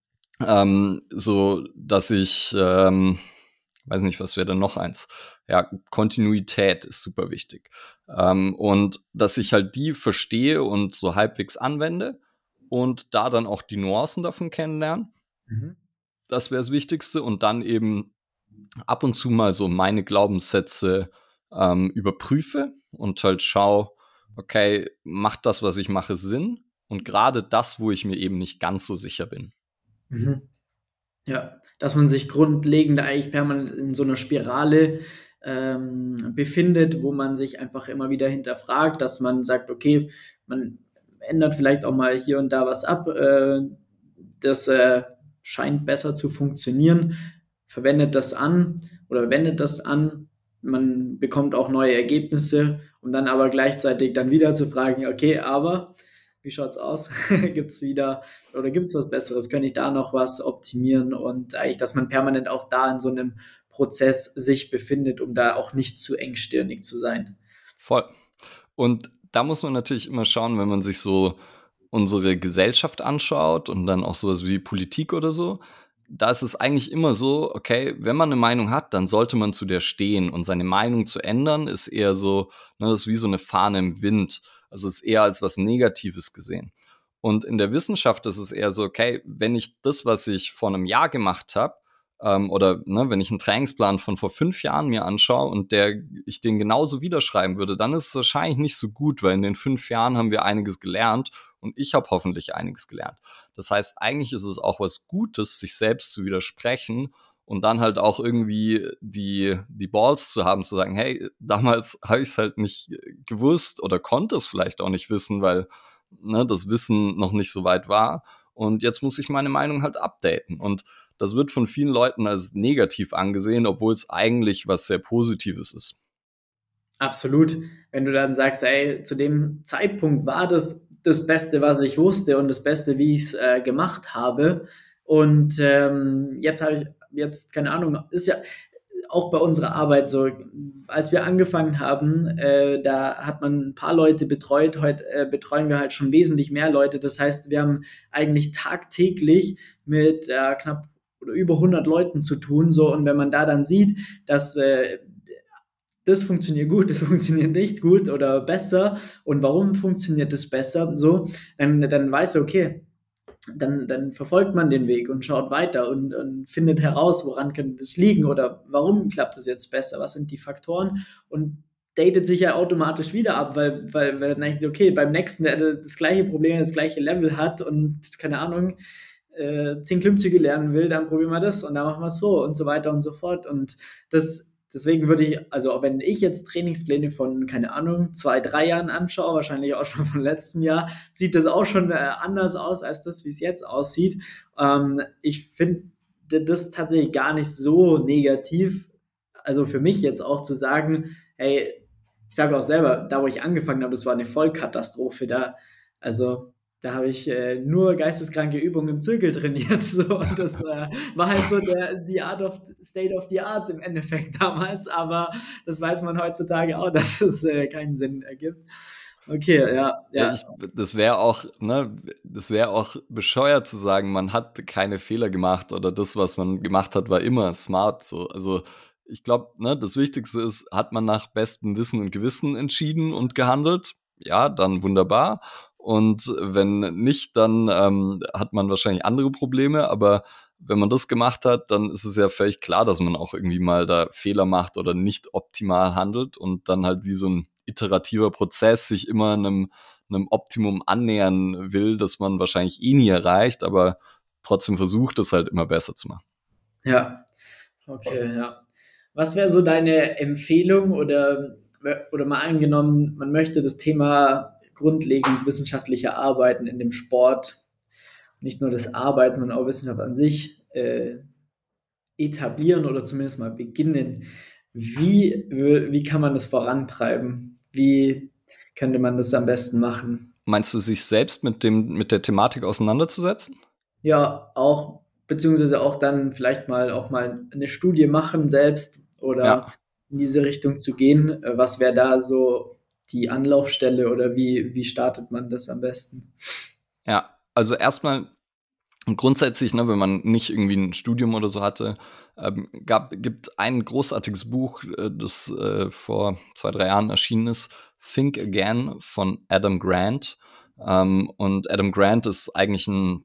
so, dass ich, weiß nicht, was wäre denn noch eins? Ja, Kontinuität ist super wichtig. Und dass ich halt die verstehe und so halbwegs anwende und da dann auch die Nuancen davon kennenlernen. Mhm. Das wäre das Wichtigste. Und dann eben ab und zu mal so meine Glaubenssätze überprüfe und halt schaue, okay, macht das, was ich mache, Sinn? Und gerade das, wo ich mir eben nicht ganz so sicher bin. Mhm. Ja, dass man sich grundlegend eigentlich permanent in so einer Spirale befindet, wo man sich einfach immer wieder hinterfragt, dass man sagt, okay, man ändert vielleicht auch mal hier und da was ab, das scheint besser zu funktionieren, verwendet das an oder wendet das an, man bekommt auch neue Ergebnisse, um dann aber gleichzeitig dann wieder zu fragen, okay, aber wie schaut's aus? Gibt es wieder oder gibt es was Besseres? Könnte ich da noch was optimieren? Und eigentlich, dass man permanent auch da in so einem Prozess sich befindet, um da auch nicht zu engstirnig zu sein. Voll. Und da muss man natürlich immer schauen, wenn man sich so unsere Gesellschaft anschaut und dann auch sowas wie Politik oder so, da ist es eigentlich immer so, okay, wenn man eine Meinung hat, dann sollte man zu der stehen und seine Meinung zu ändern ist eher so, ne, das ist wie so eine Fahne im Wind. Also ist eher als was Negatives gesehen. Und in der Wissenschaft ist es eher so, okay, wenn ich das, was ich vor einem Jahr gemacht habe, oder ne, wenn ich einen Trainingsplan von vor 5 Jahren mir anschaue und ich den genauso wieder schreiben würde, dann ist es wahrscheinlich nicht so gut, weil in den 5 Jahren haben wir einiges gelernt und ich habe hoffentlich einiges gelernt. Das heißt, eigentlich ist es auch was Gutes, sich selbst zu widersprechen und dann halt auch irgendwie die Balls zu haben, zu sagen, hey, damals habe ich es halt nicht gewusst oder konnte es vielleicht auch nicht wissen, weil ne, das Wissen noch nicht so weit war. Und jetzt muss ich meine Meinung halt updaten. Und das wird von vielen Leuten als negativ angesehen, obwohl es eigentlich was sehr Positives ist. Absolut. Wenn du dann sagst, ey, zu dem Zeitpunkt war das das Beste, was ich wusste und das Beste, wie ich es gemacht habe. Und jetzt habe ich, jetzt, keine Ahnung, ist ja auch bei unserer Arbeit so, als wir angefangen haben, da hat man ein paar Leute betreut, heute betreuen wir halt schon wesentlich mehr Leute. Das heißt, wir haben eigentlich tagtäglich mit knapp oder über 100 Leuten zu tun. So, und wenn man da dann sieht, dass das funktioniert gut, das funktioniert nicht gut oder besser und warum funktioniert das besser, so, dann weiß er, okay, dann verfolgt man den Weg und schaut weiter und findet heraus, woran könnte das liegen oder warum klappt das jetzt besser, was sind die Faktoren und datet sich ja automatisch wieder ab, weil dann denkt, okay, beim nächsten, der das gleiche Problem, das gleiche Level hat und keine Ahnung, 10 Klimmzüge lernen will, dann probieren wir das und dann machen wir es so und so weiter und so fort. Und das deswegen würde ich, also wenn ich jetzt Trainingspläne von, keine Ahnung, 2, 3 Jahren anschaue, wahrscheinlich auch schon von letztem Jahr, sieht das auch schon anders aus als das, wie es jetzt aussieht. Ich finde das tatsächlich gar nicht so negativ. Also für mich jetzt auch zu sagen, hey, ich sage auch selber, da wo ich angefangen habe, das war eine Vollkatastrophe. Also da habe ich nur geisteskranke Übungen im Zirkel trainiert. So, und das war halt so die State of the Art im Endeffekt damals. Aber das weiß man heutzutage auch, dass es keinen Sinn ergibt. Okay, ja, Ja, ja, das wäre auch, ne, das wäre auch bescheuert zu sagen, man hat keine Fehler gemacht oder das, was man gemacht hat, war immer smart. So, also ich glaube, ne, das Wichtigste ist, hat man nach bestem Wissen und Gewissen entschieden und gehandelt? Ja, dann wunderbar. Und wenn nicht, dann hat man wahrscheinlich andere Probleme. Aber wenn man das gemacht hat, dann ist es ja völlig klar, dass man auch irgendwie mal da Fehler macht oder nicht optimal handelt und dann halt wie so ein iterativer Prozess sich immer einem Optimum annähern will, das man wahrscheinlich eh nie erreicht, aber trotzdem versucht, es halt immer besser zu machen. ja. Okay, ja. Was wäre so deine Empfehlung oder mal angenommen, man möchte das Thema grundlegend wissenschaftliche Arbeiten in dem Sport, nicht nur das Arbeiten, sondern auch Wissenschaft an sich etablieren oder zumindest mal beginnen. Wie kann man das vorantreiben? Wie könnte man das am besten machen? Meinst du, sich selbst mit der Thematik auseinanderzusetzen? Ja, auch, beziehungsweise auch dann vielleicht mal auch mal eine Studie machen selbst oder Ja, in diese Richtung zu gehen. Was wäre da so die Anlaufstelle oder wie startet man das am besten? ja. Also erstmal grundsätzlich, ne, wenn man nicht irgendwie ein Studium oder so hatte, gibt ein großartiges Buch, das vor 2, 3 Jahren erschienen ist, Think Again von Adam Grant. Und Adam Grant ist eigentlich ein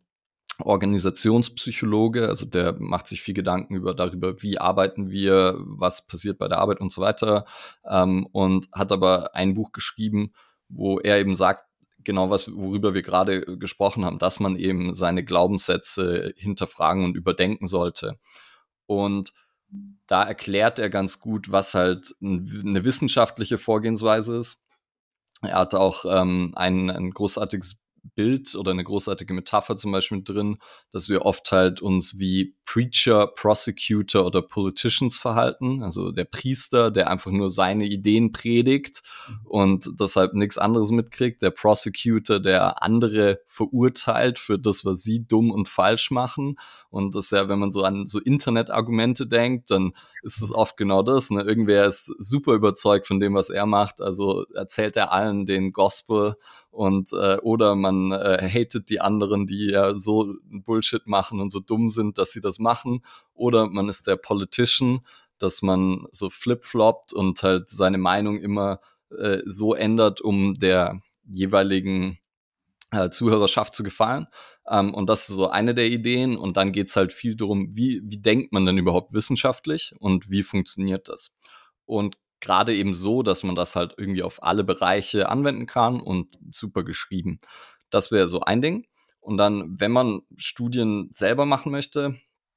Organisationspsychologe, also der macht sich viel Gedanken darüber, wie arbeiten wir, was passiert bei der Arbeit und so weiter, und hat aber ein Buch geschrieben, wo er eben sagt, genau worüber wir gerade gesprochen haben, dass man eben seine Glaubenssätze hinterfragen und überdenken sollte. Und da erklärt er ganz gut, was halt eine wissenschaftliche Vorgehensweise ist. Er hat auch ein großartiges Bild oder eine großartige Metapher zum Beispiel mit drin, dass wir oft halt uns wie Preacher, Prosecutor oder Politicians verhalten. Also der Priester, der einfach nur seine Ideen predigt und deshalb nichts anderes mitkriegt. Der Prosecutor, der andere verurteilt für das, was sie dumm und falsch machen. Und das ist ja, wenn man so an so Internetargumente denkt, dann ist es oft genau das. Ne? Irgendwer ist super überzeugt von dem, was er macht, also erzählt er allen den Gospel und oder man hatet die anderen, die ja so Bullshit machen und so dumm sind, dass sie das machen. Oder man ist der Politician, dass man so flip-floppt und halt seine Meinung immer so ändert, um der jeweiligen Zuhörerschaft zu gefallen. Und das ist so eine der Ideen. Und dann geht's halt viel darum, wie denkt man denn überhaupt wissenschaftlich und wie funktioniert das? Und gerade eben so, dass man das halt irgendwie auf alle Bereiche anwenden kann und super geschrieben. Das wäre so ein Ding. Und dann, wenn man Studien selber machen möchte,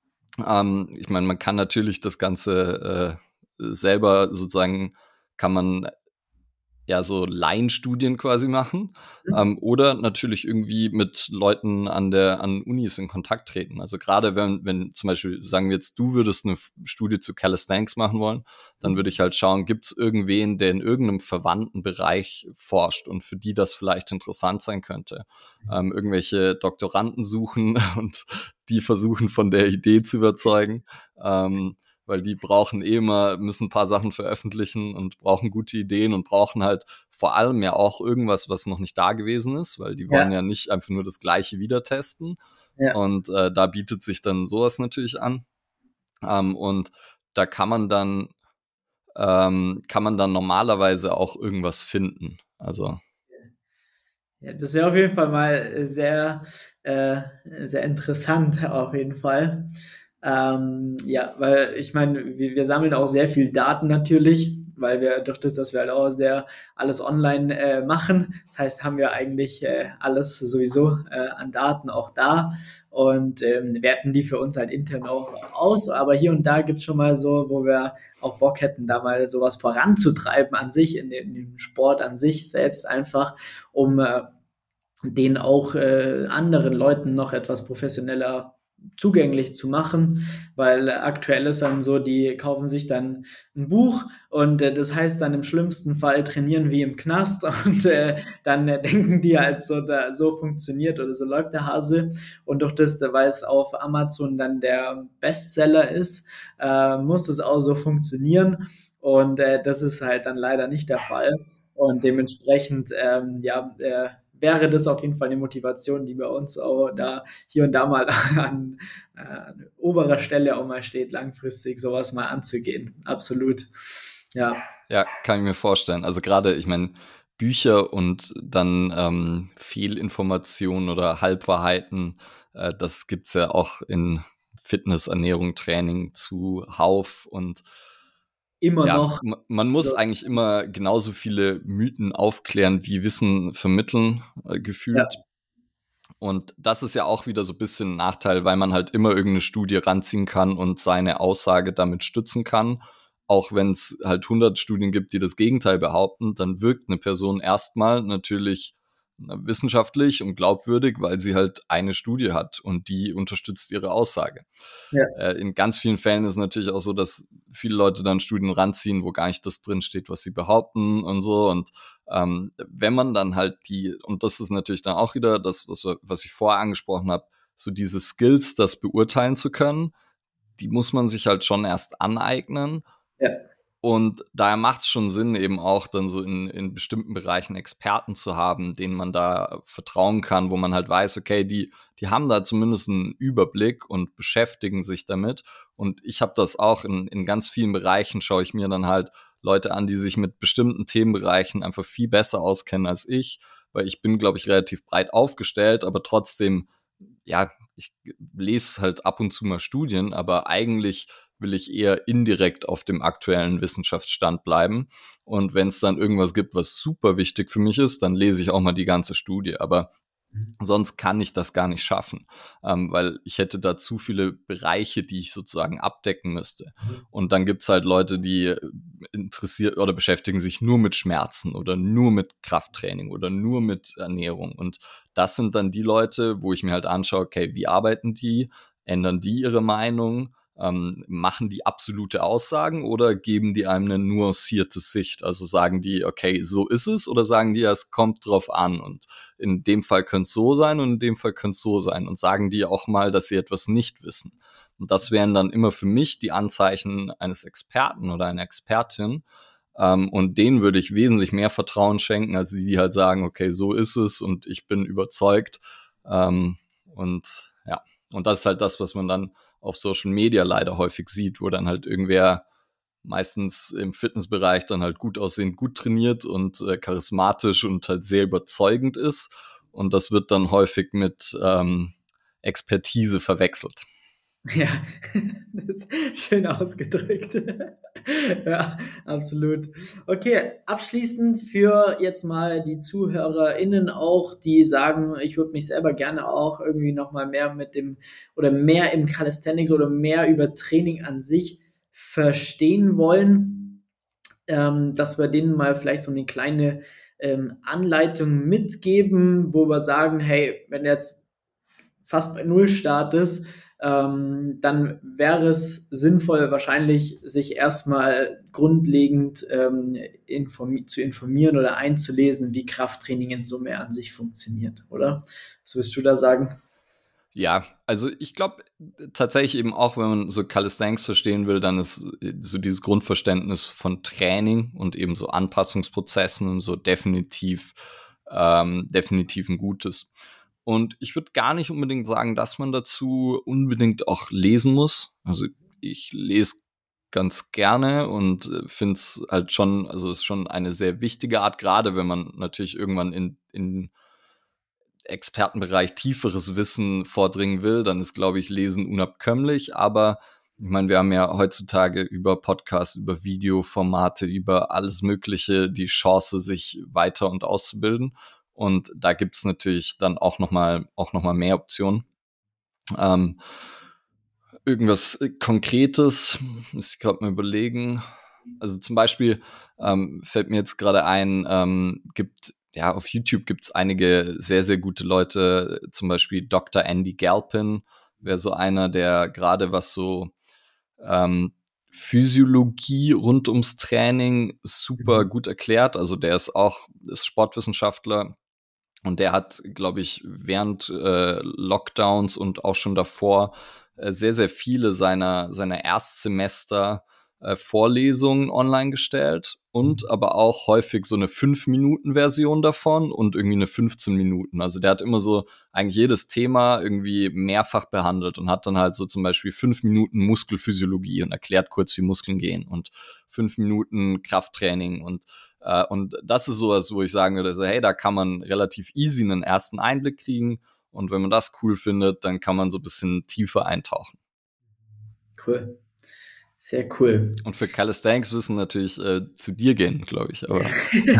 ich meine, man kann natürlich das Ganze selber sozusagen, kann man ja so Laienstudien quasi machen, oder natürlich irgendwie mit Leuten an Unis in Kontakt treten. Also gerade wenn zum Beispiel, sagen wir jetzt, du würdest eine Studie zu Calisthenics machen wollen, dann würde ich halt schauen, gibt es irgendwen, der in irgendeinem verwandten Bereich forscht und für die das vielleicht interessant sein könnte. Irgendwelche Doktoranden suchen und die versuchen von der Idee zu überzeugen. Weil die brauchen eh immer, müssen ein paar Sachen veröffentlichen und brauchen gute Ideen und brauchen halt vor allem ja auch irgendwas, was noch nicht da gewesen ist, weil die wollen Ja, ja nicht einfach nur das Gleiche wieder testen. ja. Und da bietet sich dann sowas natürlich an. Und da kann man dann normalerweise auch irgendwas finden. Also Ja, das wäre auf jeden Fall mal äh, sehr interessant, auf jeden Fall. Ja, weil ich meine, wir sammeln auch sehr viel Daten natürlich weil wir durch das, dass wir halt auch sehr alles online machen. Das heißt, haben wir eigentlich alles sowieso an Daten auch da und werten die für uns halt intern auch aus. Aber hier und da gibt es schon mal so, wo wir auch Bock hätten, da mal sowas voranzutreiben an sich, in dem Sport an sich selbst einfach, um den auch anderen Leuten noch etwas professioneller zugänglich zu machen, weil aktuell ist dann so, die kaufen sich dann ein Buch und das heißt dann im schlimmsten Fall trainieren wie im Knast und dann denken die halt so, so funktioniert oder so läuft der Hase und durch das, weil es auf Amazon dann der Bestseller ist, muss es auch so funktionieren und das ist halt dann leider nicht der Fall und dementsprechend wäre das auf jeden Fall eine Motivation, die bei uns auch da hier und da mal an oberer Stelle auch mal steht, langfristig sowas mal anzugehen. Absolut. Ja. Ja, kann ich mir vorstellen. Also gerade, ich meine, Bücher und dann Fehlinformationen oder Halbwahrheiten, das gibt's ja auch in Fitness, Ernährung, Training zuhauf. Und Immer ja, noch. man muss So, eigentlich immer genauso viele Mythen aufklären wie Wissen vermitteln, ja, gefühlt. Und das ist ja auch wieder so ein bisschen ein Nachteil, weil man halt immer irgendeine Studie ranziehen kann und seine Aussage damit stützen kann. Auch wenn es halt 100 Studien gibt, die das Gegenteil behaupten, dann wirkt eine Person erstmal natürlich wissenschaftlich und glaubwürdig, weil sie halt eine Studie hat und die unterstützt ihre Aussage. ja, In ganz vielen Fällen ist es natürlich auch so, dass viele Leute dann Studien ranziehen, wo gar nicht das drin steht, was sie behaupten und so. Und wenn man dann halt und das ist natürlich dann auch wieder das, was ich vorher angesprochen habe, so diese Skills, das beurteilen zu können, die muss man sich halt schon erst aneignen. ja, Und daher macht es schon Sinn, eben auch dann so in bestimmten Bereichen Experten zu haben, denen man da vertrauen kann, wo man halt weiß, okay, die haben da zumindest einen Überblick und beschäftigen sich damit. Und ich habe das auch in ganz vielen Bereichen, schaue ich mir dann halt Leute an, die sich mit bestimmten Themenbereichen einfach viel besser auskennen als ich, weil ich bin, glaube ich, relativ breit aufgestellt, aber trotzdem, ja, ich lese halt ab und zu mal Studien, aber eigentlich will ich eher indirekt auf dem aktuellen Wissenschaftsstand bleiben. Und wenn es dann irgendwas gibt, was super wichtig für mich ist, dann lese ich auch mal die ganze Studie. Aber sonst kann ich das gar nicht schaffen, weil ich hätte da zu viele Bereiche, die ich sozusagen abdecken müsste. Und dann gibt's halt Leute, die interessiert oder beschäftigen sich nur mit Schmerzen oder nur mit Krafttraining oder nur mit Ernährung. Und das sind dann die Leute, wo ich mir halt anschaue, okay, wie arbeiten die? Ändern die ihre Meinung? Machen die absolute Aussagen oder geben die einem eine nuancierte Sicht? Also sagen die, okay, so ist es, oder sagen die, ja, es kommt drauf an und in dem Fall könnte es so sein und in dem Fall könnte es so sein, und sagen die auch mal, dass sie etwas nicht wissen. Und das wären dann immer für mich die Anzeichen eines Experten oder einer Expertin. Und denen würde ich wesentlich mehr Vertrauen schenken, als die halt sagen, okay, so ist es und ich bin überzeugt. Und ja, und das ist halt das, was man dann auf Social Media leider häufig sieht, wo dann halt irgendwer meistens im Fitnessbereich dann halt gut aussehend, gut trainiert und charismatisch und halt sehr überzeugend ist. Und das wird dann häufig mit Expertise verwechselt. ja, das ist schön ausgedrückt. Ja, absolut. Okay, abschließend für jetzt mal die ZuhörerInnen auch, die sagen, ich würde mich selber gerne auch irgendwie nochmal mehr mit dem oder mehr im Calisthenics oder mehr über Training an sich verstehen wollen, dass wir denen mal vielleicht so eine kleine Anleitung mitgeben, wo wir sagen, hey, wenn du jetzt fast bei Null startest, dann wäre es sinnvoll, wahrscheinlich sich erstmal grundlegend zu informieren oder einzulesen, wie Krafttraining in Summe an sich funktioniert, oder? Was würdest du da sagen? Ja, also ich glaube tatsächlich eben auch, wenn man so Calisthenics verstehen will, dann ist so dieses Grundverständnis von Training und eben so Anpassungsprozessen und so definitiv ein gutes. Und ich würde gar nicht unbedingt sagen, dass man dazu unbedingt auch lesen muss. Also ich lese ganz gerne und finde es halt schon, also ist schon eine sehr wichtige Art, gerade wenn man natürlich irgendwann in Expertenbereich tieferes Wissen vordringen will, dann ist, glaube ich, Lesen unabkömmlich. Aber Ich meine, wir haben ja heutzutage über Podcasts, über Videoformate, über alles Mögliche die Chance, sich weiter und auszubilden. Und da gibt's natürlich dann auch noch mal mehr Optionen. Irgendwas Konkretes, muss ich gerade mal überlegen. Also zum Beispiel fällt mir jetzt gerade ein, auf YouTube gibt's einige sehr, sehr gute Leute, zum Beispiel Dr. Andy Galpin wäre so einer, der gerade was so ähm, Physiologie rund ums Training super Mhm. gut erklärt. Also der ist Sportwissenschaftler und der hat, glaube ich, während Lockdowns und auch schon davor sehr, sehr viele seiner Erstsemester Vorlesungen online gestellt und aber auch häufig so eine 5-Minuten-Version davon und irgendwie eine 15 Minuten. Also der hat immer so eigentlich jedes Thema irgendwie mehrfach behandelt und hat dann halt so zum Beispiel 5 Minuten Muskelphysiologie und erklärt kurz, wie Muskeln gehen und 5 Minuten Krafttraining und das ist sowas, wo ich sagen würde, so, hey, da kann man relativ easy einen ersten Einblick kriegen. Und wenn man das cool findet, dann kann man so ein bisschen tiefer eintauchen. Cool. Sehr cool. Und für Calisthenics wissen natürlich zu dir gehen, glaube ich. Aber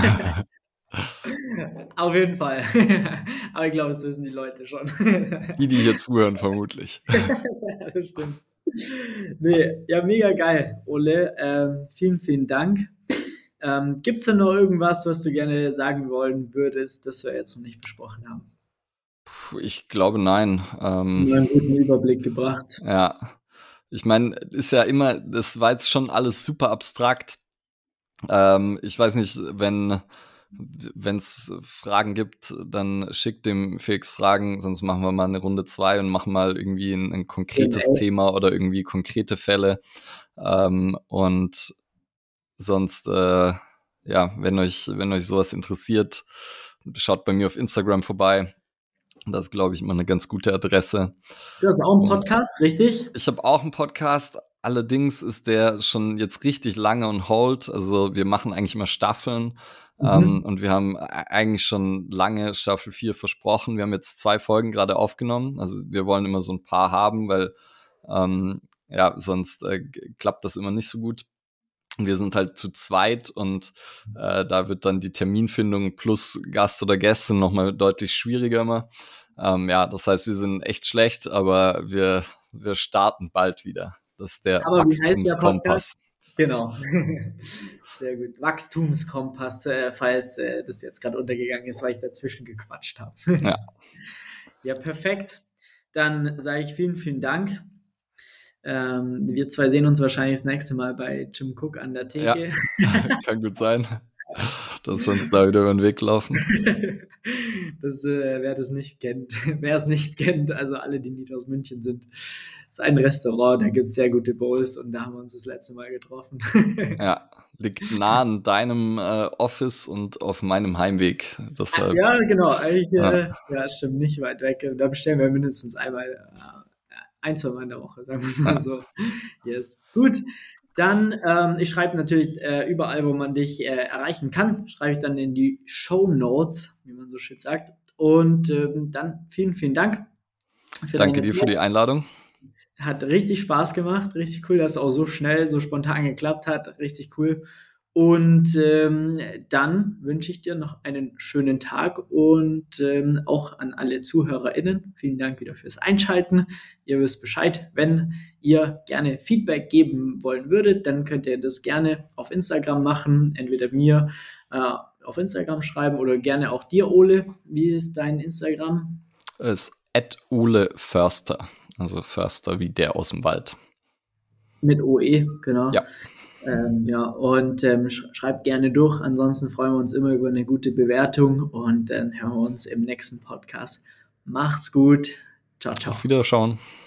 Auf jeden Fall. Aber ich glaube, das wissen die Leute schon. die hier zuhören, vermutlich. Das stimmt. Nee, ja, mega geil, Ole. Vielen, vielen Dank. Gibt es denn noch irgendwas, was du gerne sagen wollen würdest, das wir jetzt noch nicht besprochen haben? Puh, ich glaube, nein. Nur einen guten Überblick gebracht. Ja. Ich meine, ist ja immer, das war jetzt schon alles super abstrakt. Ich weiß nicht, wenn es Fragen gibt, dann schickt dem Felix Fragen, sonst machen wir mal eine Runde 2 und machen mal irgendwie ein konkretes Genau. Thema oder irgendwie konkrete Fälle. Und sonst, wenn euch sowas interessiert, schaut bei mir auf Instagram vorbei. Das ist, glaube ich, immer eine ganz gute Adresse. Du hast auch einen Und Podcast, richtig? ich habe auch einen Podcast, allerdings ist der schon jetzt richtig lange on hold. Also wir machen eigentlich immer Staffeln Mhm. und wir haben eigentlich schon lange Staffel 4 versprochen. Wir haben jetzt 2 Folgen gerade aufgenommen. Also wir wollen immer so ein paar haben, weil sonst klappt das immer nicht so gut. Wir sind halt zu zweit und da wird dann die Terminfindung plus Gast oder Gäste nochmal deutlich schwieriger immer. Das heißt, wir sind echt schlecht, aber wir starten bald wieder. Das ist der Aber wie heißt der Podcast? Wachstumskompass. Genau. Sehr gut. Wachstumskompass, falls das jetzt gerade untergegangen ist, weil ich dazwischen gequatscht habe. Ja, Ja, perfekt. Dann sage ich vielen, vielen Dank. Wir zwei sehen uns wahrscheinlich das nächste Mal bei Jim Cook an der ja, Theke. kann gut sein, dass wir uns da wieder über den Weg laufen. Wer das nicht kennt, wer es nicht kennt, also alle, die nicht aus München sind, ist ein Restaurant, da gibt es sehr gute Bowls und da haben wir uns das letzte Mal getroffen. Ja, liegt nah an deinem Office und auf meinem Heimweg. Deshalb, Ja, genau, eigentlich, ja, ja, stimmt, nicht weit weg. Da bestellen wir mindestens einmal, ein, zwei Mal in der Woche, sagen wir es mal ja. so. Yes. Gut, dann, ich schreibe natürlich überall, wo man dich erreichen kann, schreibe ich dann in die Show Notes, wie man so schön sagt. Und dann vielen, vielen Dank für Danke deine dir für Zeit. die Einladung. Hat richtig Spaß gemacht, richtig cool, dass es auch so schnell, so spontan geklappt hat, richtig cool. Und dann wünsche ich dir noch einen schönen Tag und auch an alle ZuhörerInnen. Vielen Dank wieder fürs Einschalten. Ihr wisst Bescheid. Wenn ihr gerne Feedback geben wollen würdet, dann könnt ihr das gerne auf Instagram machen. Entweder mir auf Instagram schreiben oder gerne auch dir, Ole. Wie ist dein Instagram? Ist Ole Förster. Also Förster wie der aus dem Wald. Mit OE, genau. Ja, Genau. Und schreibt gerne durch. Ansonsten freuen wir uns immer über eine gute Bewertung und dann hören wir uns im nächsten Podcast. Macht's gut. Ciao, auf ciao. Wiederschauen.